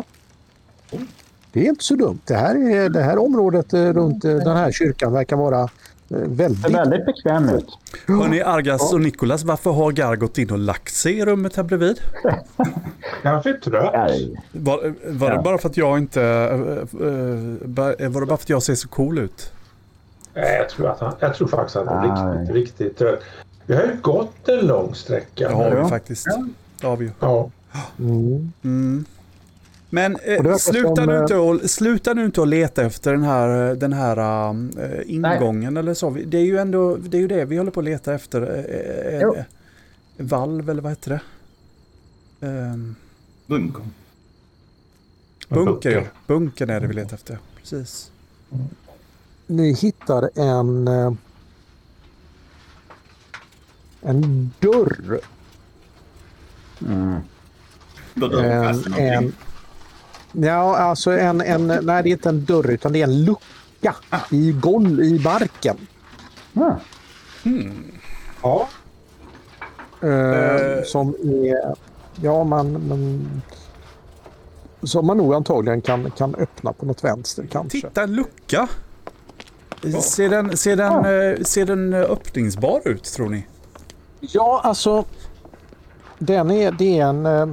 Det är inte så dumt. Det här, är, det här området eh, runt eh, den här kyrkan verkar vara eh, Det väldigt... ser väldigt bekväm ut. Hörrni, Argas och Nikolas, varför har Gar gått in och lagt sig i rummet här bredvid? Kanske trött. Nej. Var, var det Ja. bara för att jag inte... äh, äh, var det bara för att jag ser så cool ut? Nej, jag tror, att han, jag tror faktiskt att han är Nej. riktigt, riktigt trött. Vi har ju gått en lång sträcka. Det har vi Ja. faktiskt. Det har vi ju. Ja. Mm. Mm. Men Och det eh, verkar sluta, som, nu eh, inte att, sluta nu inte att leta efter den här, den här äh, ingången eller så. Det är ju ändå det, är ju det vi håller på att leta efter. Äh, Jo. äh, valv eller vad heter det? Ähm, Bunker. bunker, ja. Bunkern är det vi letar efter. Precis. Ni hittar en eh, en dörr. Mm. Då dör vi fast i En, någonting. en, ja, alltså en, en, nej det är inte en dörr utan det är en lucka i golv i marken. Ja. Ja. Eh, som är, ja man, man som man nog antagligen kan, kan öppna på något vänster kanske. Titta, en lucka. Ser den, ser, den, eh, ser den öppningsbar ut tror ni? Ja, alltså den är, det är en... Uh,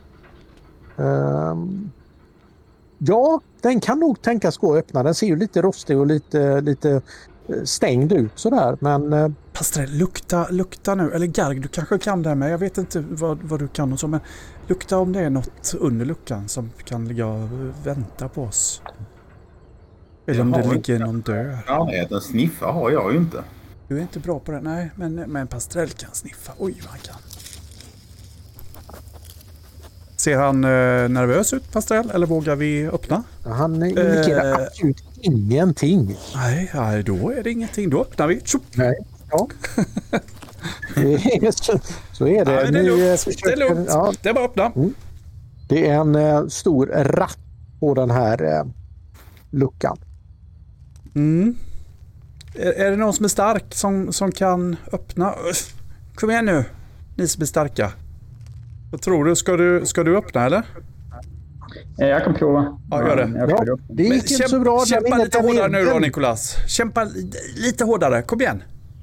um, ja, den kan nog tänkas gå att öppna. Den ser ju lite rostig och lite, lite stängd ut sådär, men... Uh, Pastrell, lukta, lukta nu. Eller Garg, du kanske kan det här med. Jag vet inte vad, vad du kan och så, men lukta om det är något under luckan som kan ligga och vänta på oss. Eller om det ligger inte någon dörr. Ja, den sniffa har jag ju inte. Du är inte bra på det, nej. Men, men Pastrell kan sniffa. Oj, vad han kan. Ser han eh, nervös ut, Pastrell? Eller vågar vi öppna? Han indikerar eh, absolut ingenting. Nej, nej, då är det ingenting. Då öppnar vi. Tjup. Nej, ja. så, så är det. Ja, det är lugnt. Försöker, det är lugnt. Ja. Det är bara att öppna. Mm. Det är en eh, stor ratt på den här eh, luckan. Mm. Är, är det någon som är stark som, som kan öppna? Kom igen nu, ni som är starka. Vad tror du? Ska du, ska du öppna eller? Jag kan prova. Ja, gör det. Ja, det gick inte kämpa, så bra. Kämpa lite hårdare nu då, Nicolas. Kämpa lite hårdare. Kom igen.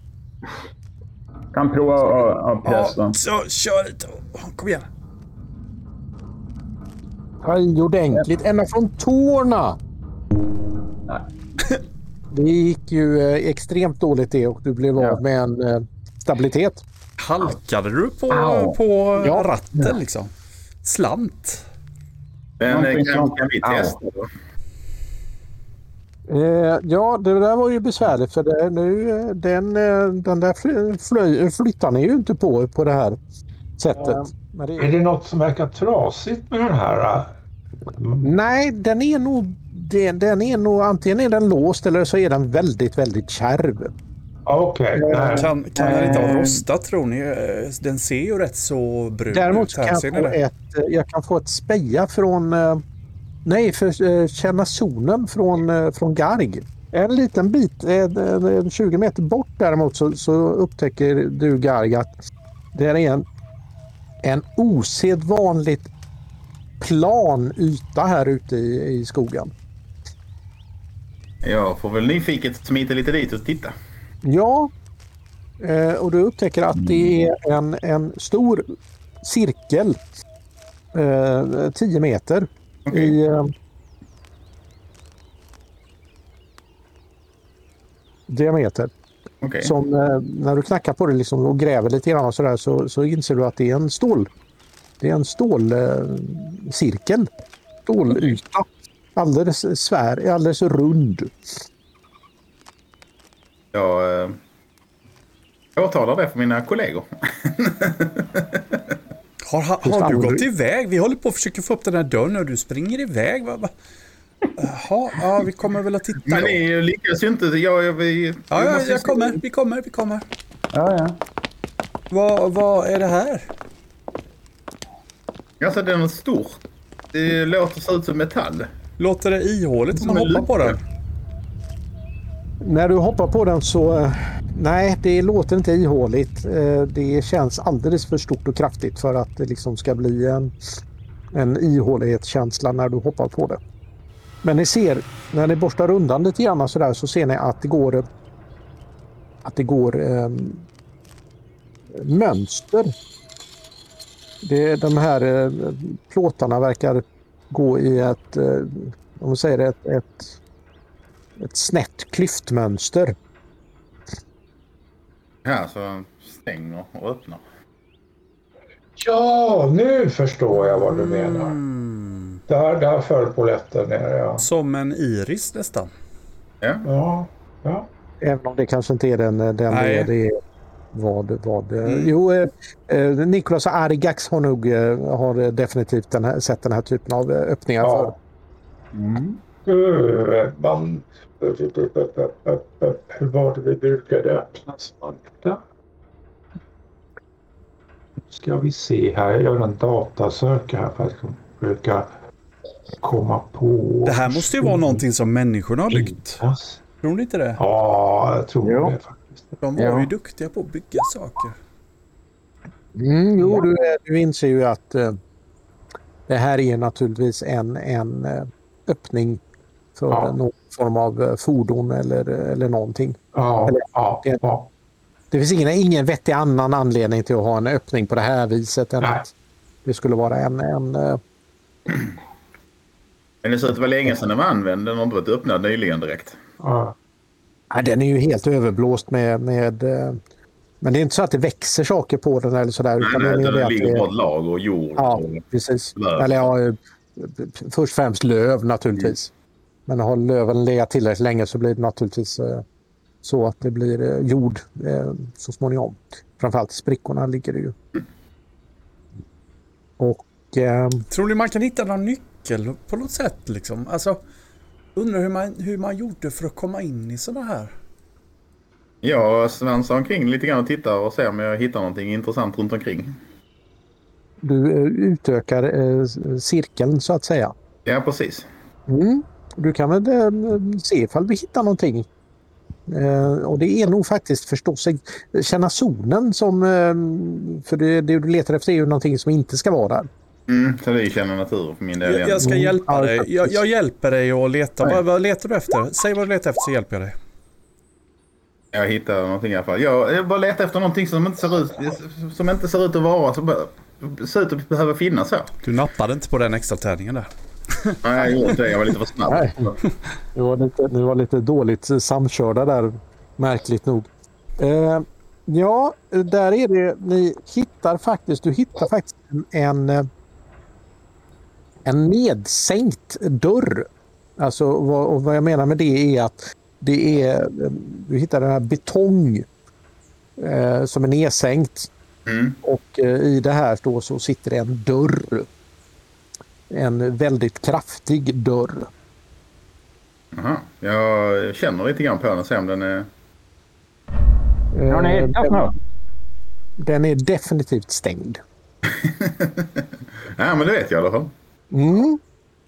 Kan prova att pressa. Ja, så kör lite. Kom igen. Aj, ordentligt. Ända från tårna. Nej. Det gick ju eh, extremt dåligt det och du blev av ja. med en eh, stabilitet. Halkade du på, på ja. ratten liksom? Slant. Men kan, kan vi testa då? Eh, ja, det där var ju besvärligt för det, nu, den, den där fly, flyttar ni ju inte på på det här sättet. Ja. Men det är... är det något som verkar trasigt med den här? Nej, den är nog den, den är nog antingen är den låst eller så är den väldigt, väldigt kärv. Okej. Okay. Kan, kan den inte ha rostat tror ni? Den ser ju rätt så brun. Däremot kan jag, få ett, jag kan få ett speja från nej, för känna zonen från, från Garg. En liten bit, tjugo meter bort däremot så, så upptäcker du Garg att det är en, en osedvanligt plan yta här ute i, i skogen. Jag får väl nyfiket smita lite dit och titta. Ja, och du upptäcker att det är en, en stor cirkel, eh, tio meter okay. i eh, diameter. Okay. Som eh, när du knackar på det liksom och gräver lite grann och så, där, så, så inser du att det är en stål. Det är en stålcirkel, eh, stålyta. Alldeles svär, alldeles rund. Jag eh, åtalar det för mina kollegor. har har, har du gått iväg? Vi håller på att försöka få upp den här dörren och du springer iväg. Va, va? Jaha, ja, vi kommer väl att titta. Men då. ni lyckas ju inte. Jag, jag, vi, ja, ja, jag kommer. Vi kommer, vi kommer. Ja, ja. Vad, vad är det här? Alltså, den är stor. Det låter så ut som metall. Låter det ihåligt om man hoppar på den? När du hoppar på den så... Nej, det låter inte ihåligt. Det känns alldeles för stort och kraftigt för att det liksom ska bli en, en ihålighetskänsla när du hoppar på det. Men ni ser, när ni borstar undan lite grann så, där, så ser ni att det går... Att det går... Eh, mönster. Det, de här eh, plåtarna verkar gå i ett... Eh, om man säger ett... ett Ett snett klyftmönster. Ja, så stänger och öppnar. Ja, nu förstår jag vad du menar. Mm. Där, där föll polletten ner, ja. Som en iris nästan. Ja. Ja, ja. Även om det kanske inte är den, den det, det är vad, vad. Mm. Jo, eh, Nicolas och Argax har nog har definitivt den här, sett den här typen av öppningar ja. för. Mm. Uh, man, hur var det vi brukade öppna smarta? Ska vi se här, jag gör en datasöka här för att försöka komma på. Det här måste ju vara någonting som människorna har byggt. Yes. Tror ni inte det? Ja, jag tror jo. det faktiskt. De var ja. ju duktiga på att bygga saker. Mm, jo, du, du inser ju att uh, det här är naturligtvis en, en uh, öppning för ja. någon form av fordon eller, eller någonting. Ja, eller, ja, det, ja. det finns ingen, ingen vettig annan anledning till att ha en öppning på det här viset än Nej. att det skulle vara en... en uh... Men det ser ut att vara länge sedan den var använd. Den har inte varit öppnad nyligen direkt. Ja. Ja, den är ju helt överblåst med... med uh... Men det är inte så att det växer saker på den eller sådär. Nej, utan nej, det är den att ligger det- på ett lag och jord. Ja, och precis. löv. Eller ja, först och främst löv naturligtvis. Men har löven legat tillräckligt länge så blir det naturligtvis eh, så att det blir eh, jord eh, så småningom. Framförallt i sprickorna ligger det ju. Och eh, Tror ni man kan hitta någon nyckel på något sätt liksom? Alltså, undrar hur man, hur man gjorde för att komma in i sådana här. Jag svansar omkring lite grann och tittar och ser om jag hittar någonting intressant runt omkring. du eh, utökar eh, cirkeln så att säga. Ja, precis. Mm. Du kan väl eh, se ifall du hittar någonting. Eh, och det är nog faktiskt förstås känna zonen som... Eh, för det, det du letar efter är ju någonting som inte ska vara där. Mm, så det känner natur för min del. Jag, igen. jag ska Mm. hjälpa Ja, dig. faktiskt. Jag, jag hjälper dig att leta. Nej. Vad, vad letar du efter? Säg vad du letar efter så hjälper jag dig. Jag hittar någonting i alla fall. Jag, jag bara letar efter någonting som inte ser ut, som inte ser ut att vara. Som bara, ser ut att behöva finnas här. Du nappade inte på den extra tärningen där. Nej, jag gjorde inte det. Jag var lite för snabb. Nej. Det var lite, det var lite dåligt samkörda där, märkligt nog. Eh, ja, där är det. Ni hittar faktiskt, du hittar faktiskt en, en, en nedsänkt dörr. Alltså, vad, och vad jag menar med det är att det är, du hittar den här betong eh, som är nedsänkt. Mm. Och eh, i det här då så sitter det en dörr. En väldigt kraftig dörr. Aha. Jag känner lite grann på den och ser om den är... Har ni Eh, hittat något? Den är definitivt stängd. Ja, men det vet jag i alla fall. Mm.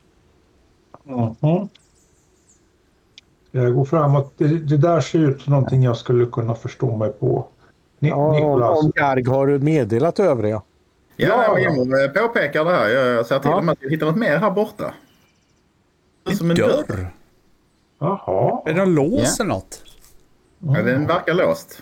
Mhm. Jag går framåt. Det, det där ser ut som någonting jag skulle kunna förstå mig på. Ni, Ja, om, Niklas. om Garg har meddelat övriga. Ja, Ja. jag påpekar det här. Jag ser till Ja. dem att jag hittar något mer här borta. Det är som en dörr. Dörr? Jaha. Är det någon lås eller något? Ja, den verkar låst.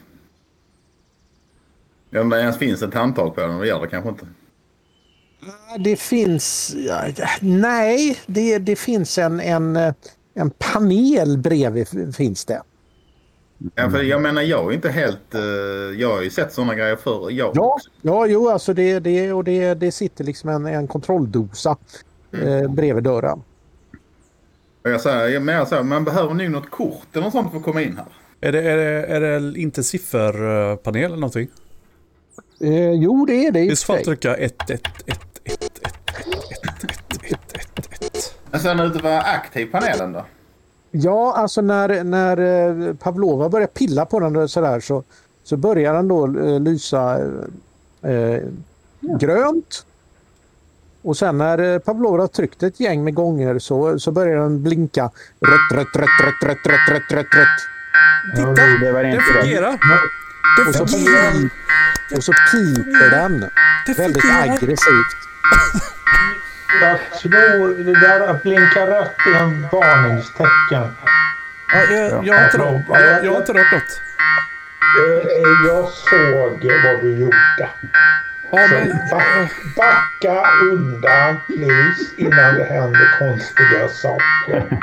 Om det ens finns ett handtag på den, det gör det kanske inte. Det finns... ja, nej, det, det finns en, en, en panel bredvid finns det. Ja, för jag menar, jag är inte helt... Uh, jag har ju sett sådana grejer förr. Jag Ja, också. ja jo, alltså det, det, och det, det sitter liksom en, en kontrolldosa eh, bredvid dörren. Och jag säger, jag menar så här, man behöver nog något kort eller något sånt för att komma in här. Är det, är det, är det inte sifferpanel eller någonting? Eh, jo, det är det. i Det är och så för fall sig. trycka ett, ett, ett, ett, ett, ett, ett, ett, ett, ett. Men sen ut att vara aktiv panelen då? Ja, alltså när, när eh, Pavlova börjar pilla på den så där så, så börjar den då eh, lysa eh, grönt. Och sen när eh, Pavlova har tryckt ett gäng med gånger så, så börjar den blinka rött, rött, rött, rött, rött, rött, rött, rött, rött. Titta, Det var den inte det. fungerar. Och så, Den fungerar. och så piper den Det väldigt fungerar. aggressivt. Jag tror det där att blinka rött är en varningstecken. Ja, jag, jag, har inte, rört- jag, jag har inte rört något. Eh, Jag såg vad du gjorde. Ja, Så men, back, backa undan, please, innan det händer konstiga saker.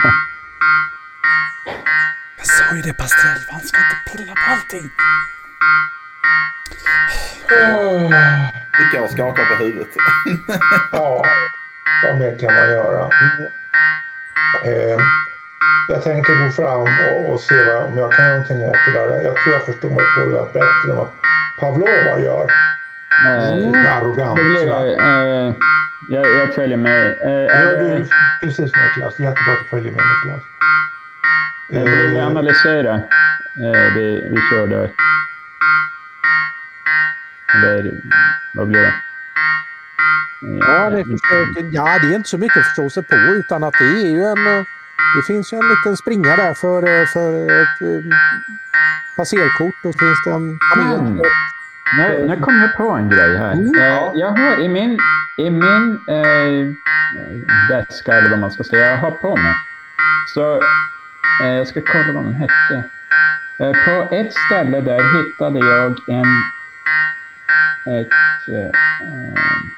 jag sa ju det, Pastrell. Man ska inte pilla på allting. Nickar och skakar på huvudet. Ja, vad mer kan man göra? Eh, jag tänker gå fram och, och se vad, om jag kan göra någonting åt det där. Jag tror jag förstår mig på det bättre än vad Pavlova gör. Eh, Lite arrogant. det blir, sådär. eh, jag, jag följer med. Eh, Ja, är du, det- precis Niklas. Jättebra att du följer med Niklas. Jag vill Eh, analysera eh, det vi kör där. Eller vad blir det? Ja, det, försöker, ja, det är inte så mycket att förstå sig på utan att det är ju en... eh, Det finns ju en liten springa där för, eh, för ett eh, passerkort och så finns det en panel. Mm. Nu, nu kom jag på en grej här. Mm. Eh, jag har i min, i min eh, väska, eller vad man ska säga, jag har på mig. Så eh, jag ska kolla vad den hette. På ett ställe där hittade jag en ett äh,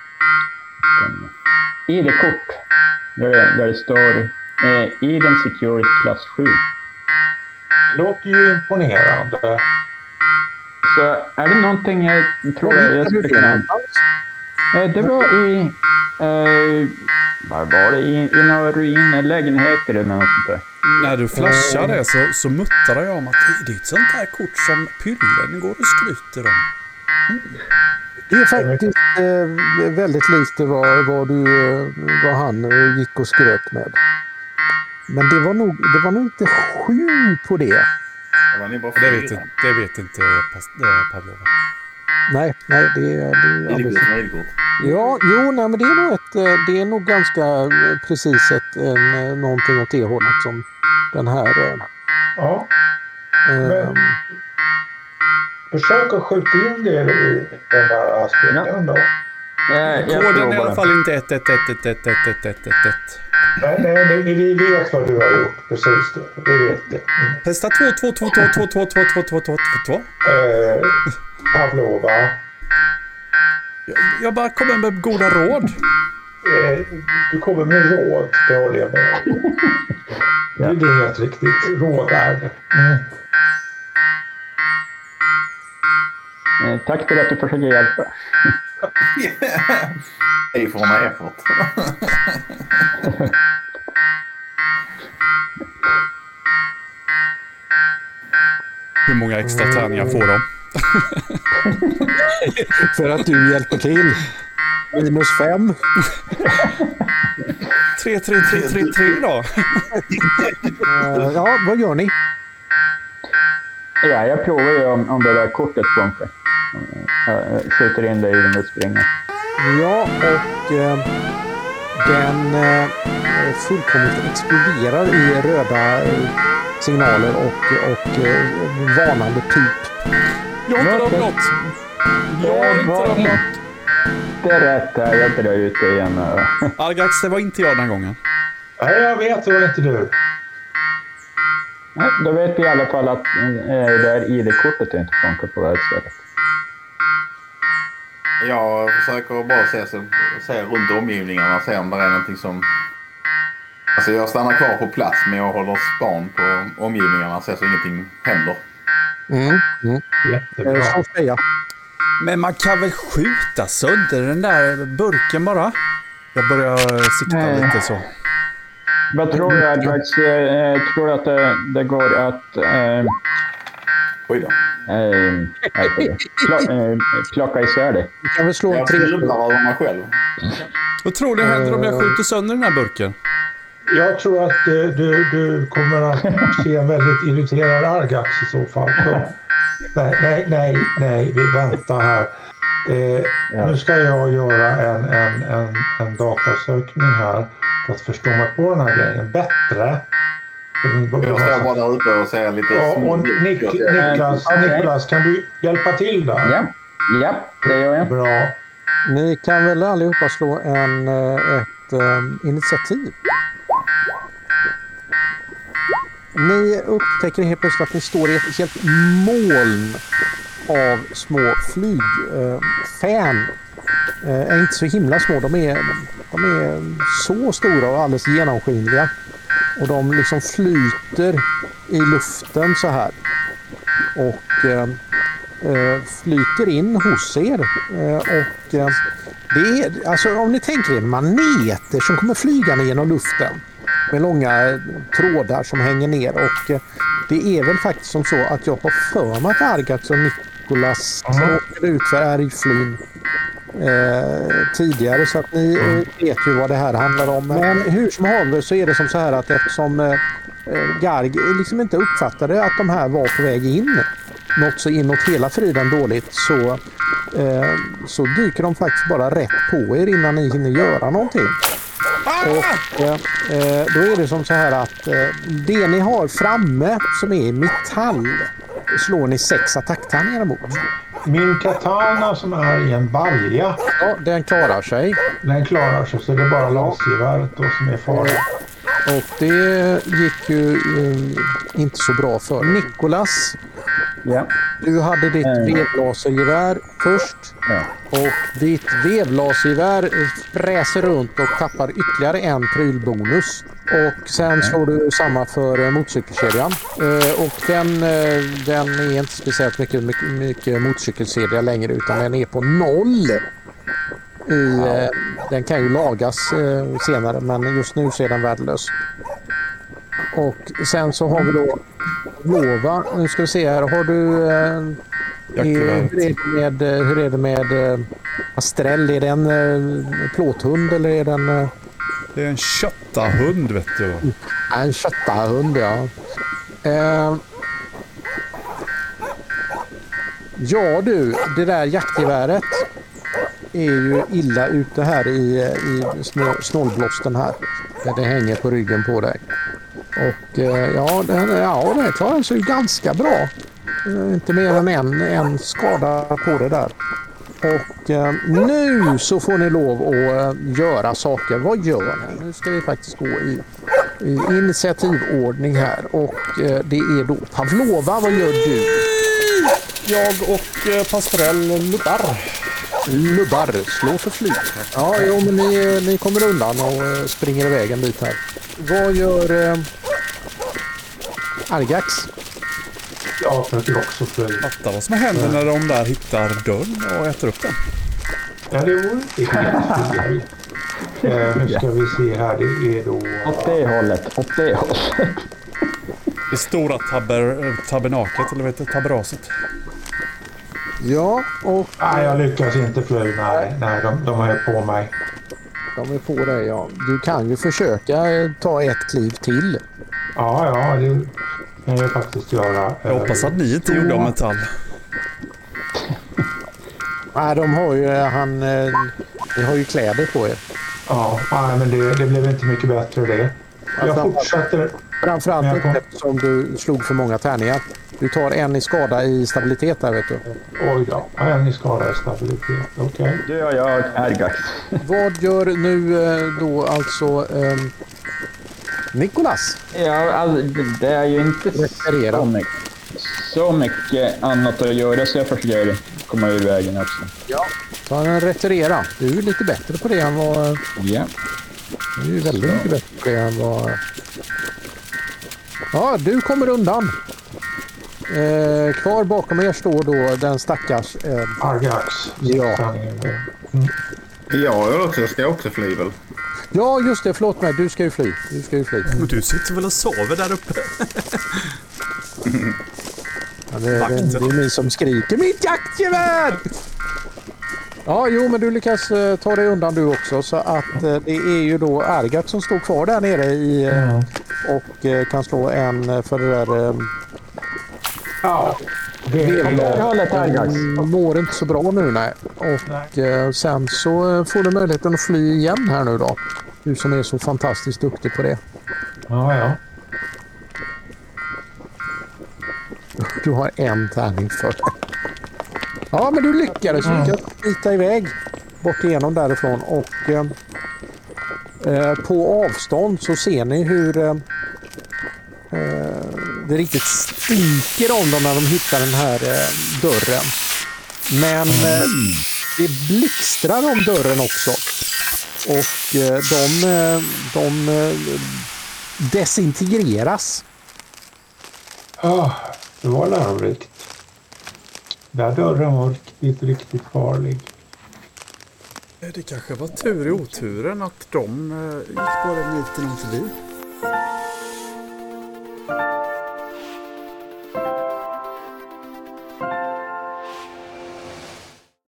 I D-kort där, där det står äh, Eden Security Class sju. Det låter ju imponerande. Så är det någonting jag tror jag, jag skulle kunna... Äh, det var i... Äh, var var det? I, i några ruinlägenheter eller något sånt där. När du flashar det så, så muttrar jag om att det är ett sånt här kort som Pyllen går och skryter om. Mm. Det är faktiskt eh, väldigt lite vad, vad, du, vad han gick och skröt med. Men det var nog, det var nog inte sju på det. Det, var ni bara det, vet, inte, det vet inte Pavlova. Nej, nej, det, det är alldeles... Ja, jo, nej, men det är nog ett, det är nog ganska precis ett, en, någonting åt det hållet som den här... Ja. Ähm, men, försök att skjuta in det i den där aspekten då. Koden är i alla fall inte ett ett ett ett ett ett ett ett ett. Nej, nej, vi vet vad du har gjort. Precis det. Vi vet det. Mm. Testa två två två två två två två två två två två. Eh, Pavlova. Jag, jag bara kommer med goda råd. Eh, du kommer med råd, det håller jag med. Ja. Det är helt riktigt. Råd är det. Mm. Eh, tack för att du försöker hjälpa. Yeah. Det är för mig effort. Hur många extra tärningar får de? För att du hjälper till. Minus fem. tre, tre, tre, tre, tre då. uh, ja, vad gör ni? Ja, jag provar ju om, om det där kortet funkar. Jag skjuter in det i den och springer. Ja, och eh, den eh, fullkomligt exploderar i röda eh, signaler och, och eh, varnande pip. Jag har inte något. Jag har inte något. Det är rätt här, jag drar ut det igen. Argax, det var inte jag den gången. Nej, jag vet, det var inte du. Nej, då vet vi i alla fall att äh, det här I D-kortet inte funkar på det här stället. Jag försöker bara se, så, se runt omgivningarna och se om det är någonting som... Alltså jag stannar kvar på plats men jag håller span på omgivningarna så, så ingenting händer. Mm, mm. Jättebra. Så säga. Men man kan väl skjuta sönder den där burken bara? Jag börjar sikta Nej. lite så. Vad tror du, Advax? Jag tror att det, det går att... Äh, Oj då. Äh, pl äh, plocka isär det. Du kan väl slå en Jag tre. slutar över mig själv. Vad tror du händer om jag skjuter sönder den här burken? Jag tror att eh, du, du kommer att se en väldigt irriterad Argax i så fall. Så, nej, nej, nej, nej, vi väntar här. Eh, ja. Nu ska jag göra en, en, en, en datasökning här för att förstå mig på den här grejen bättre. Jag står bara där ute och ser lite... Ja, och Nik Niklas, okay. Niklas, kan du hjälpa till där? Ja, ja, det gör jag. Bra. Ni kan väl allihopa slå en, ett um, initiativ. Ni upptäcker helt plötsligt att ni står i ett helt moln av små flygfän. Uh, är inte så himla små, de är, de är så stora och alldeles genomskinliga. Och de liksom flyter i luften så här. Och eh, flyter in hos er. Eh, och eh, det är, alltså om ni tänker er maneter som kommer flyga ner genom luften. Med långa trådar som hänger ner. Och eh, det är väl faktiskt som så att jag har för mig att Argax och Nikolas åkte ut för ärgflyn Eh, tidigare, så att ni eh, vet ju vad det här handlar om. Men hur som helst så är det som så här att eftersom eh, Garg liksom inte uppfattade att de här var på väg in något så inåt hela friden dåligt, så, eh, så dyker de faktiskt bara rätt på er innan ni hinner göra någonting. Och eh, då är det som så här att eh, det ni har framme som är metall slår ni sex attacktärningar mot. Min katana som är i en balja. Ja, den klarar sig. Den klarar sig, så det är bara lasgeväret då som är farligt. Och det gick ju eh, inte så bra för Nikolas. Ja. Du hade ditt Mm. vevlasergevär först. Ja. Och ditt vevlasergevär fräser runt och tappar ytterligare en prylbonus. Och sen slår du samma för eh, motorcykelkedjan. Eh, och den, eh, den är inte speciellt mycket, mycket, mycket motorcykelkedja längre, utan den är på noll. I, eh, den kan ju lagas eh, senare, men just nu så är den värdelös. Och sen så har vi då Lova. Nu ska vi se här. Har du... Eh, är, hur, är det med, hur är det med eh, Astrell? Är det en eh, plåthund eller är det en... Eh, Det är en köttahund, vet du. en köttahund, ja. Eh, ja du, det där jaktgeväret är ju illa ute här i, i snå, snålblåsten här. Där det hänger på ryggen på dig. Och eh, ja, den, ja, det klarar sig ju ganska bra. Eh, inte mer än en, en skada på det där. Och eh, nu så får ni lov att eh, göra saker. Vad gör ni? Nu ska vi faktiskt gå i, i initiativordning här. Och eh, det är då Pavlova, vad gör du? Jag och eh, Pastorell lubbar. Lubbar, slå för flyg. Ja, jo, men ni, ni kommer undan och eh, springer iväg en bit här. Vad gör eh, Argax? Jag försöker också flyga. Fatta vad som händer när de där hittar dörren och äter upp den. Ja, det vore inte helt fel. Eh, nu ska vi se här. Det är då... Åt det hållet. Åt det hållet. Det stora taber, tabernaklet, eller vet du, taberaset. Ja, och Nej, jag lyckas inte flyga. Nej, nej de, de är på mig. de är på dig, ja. Du kan ju försöka eh, ta ett kliv till. Ja, ja, det kan jag faktiskt göra. Jag hoppas att ni inte gjorde av metall. Nej, de har ju, han, eh, ni har ju kläder på er. Ja, nej, men det, det blev inte mycket bättre det. Jag fortsätter. Framförallt Men jag kom- inte eftersom du slog för många tärningar. Du tar en i skada i stabilitet där, vet du. Oj då, en i skada i stabilitet. Okej. Du och jag, Argax. Vad gör nu eh, då alltså eh, Nikolas? Ja, alltså, det- det är ju inte Referera. så mycket, så mycket annat att göra, så jag försöker komma ur vägen också. Ja. Ta en retirera. Du är ju lite bättre på det än vad... Ja. Du är ju väldigt mycket bättre på det än vad... Ja, du kommer undan. Eh, kvar bakom er står då den stackars... Eh, Argax. Ja. Mm. Ja, jag också. Ska jag också fly väl? ja, just det. Förlåt mig. Du ska ju fly. Du ska ju fly. Men du sitter väl och sover där uppe? Ja, det, det, det är ni som skriker mitt jaktgevär! Ja, jo, men du lyckas eh, ta dig undan du också, så att eh, det är ju då Argat som står kvar där nere i eh, och eh, kan slå en eh, för det där eh, Ja, det vevlaget. är... hållet, Argax. Han mår inte så bra nu, nej. Och eh, sen så eh, får du möjligheten att fly igen här nu då. Du som är så fantastiskt duktig på det. Ja, ja. Du har en tärning för det. Ja, men du lyckades. Du lyckades bita iväg bort igenom därifrån. Och eh, eh, på avstånd så ser ni hur eh, eh, det riktigt stinker om dem när de hittar den här eh, dörren. Men eh, det blixtrar om dörren också. Och eh, de, eh, de eh, desintegreras. Ah, det var lärorikt. Den dörren var riktigt, riktigt farlig. Det kanske var tur i oturen att de eh, gick bara lite in förbi.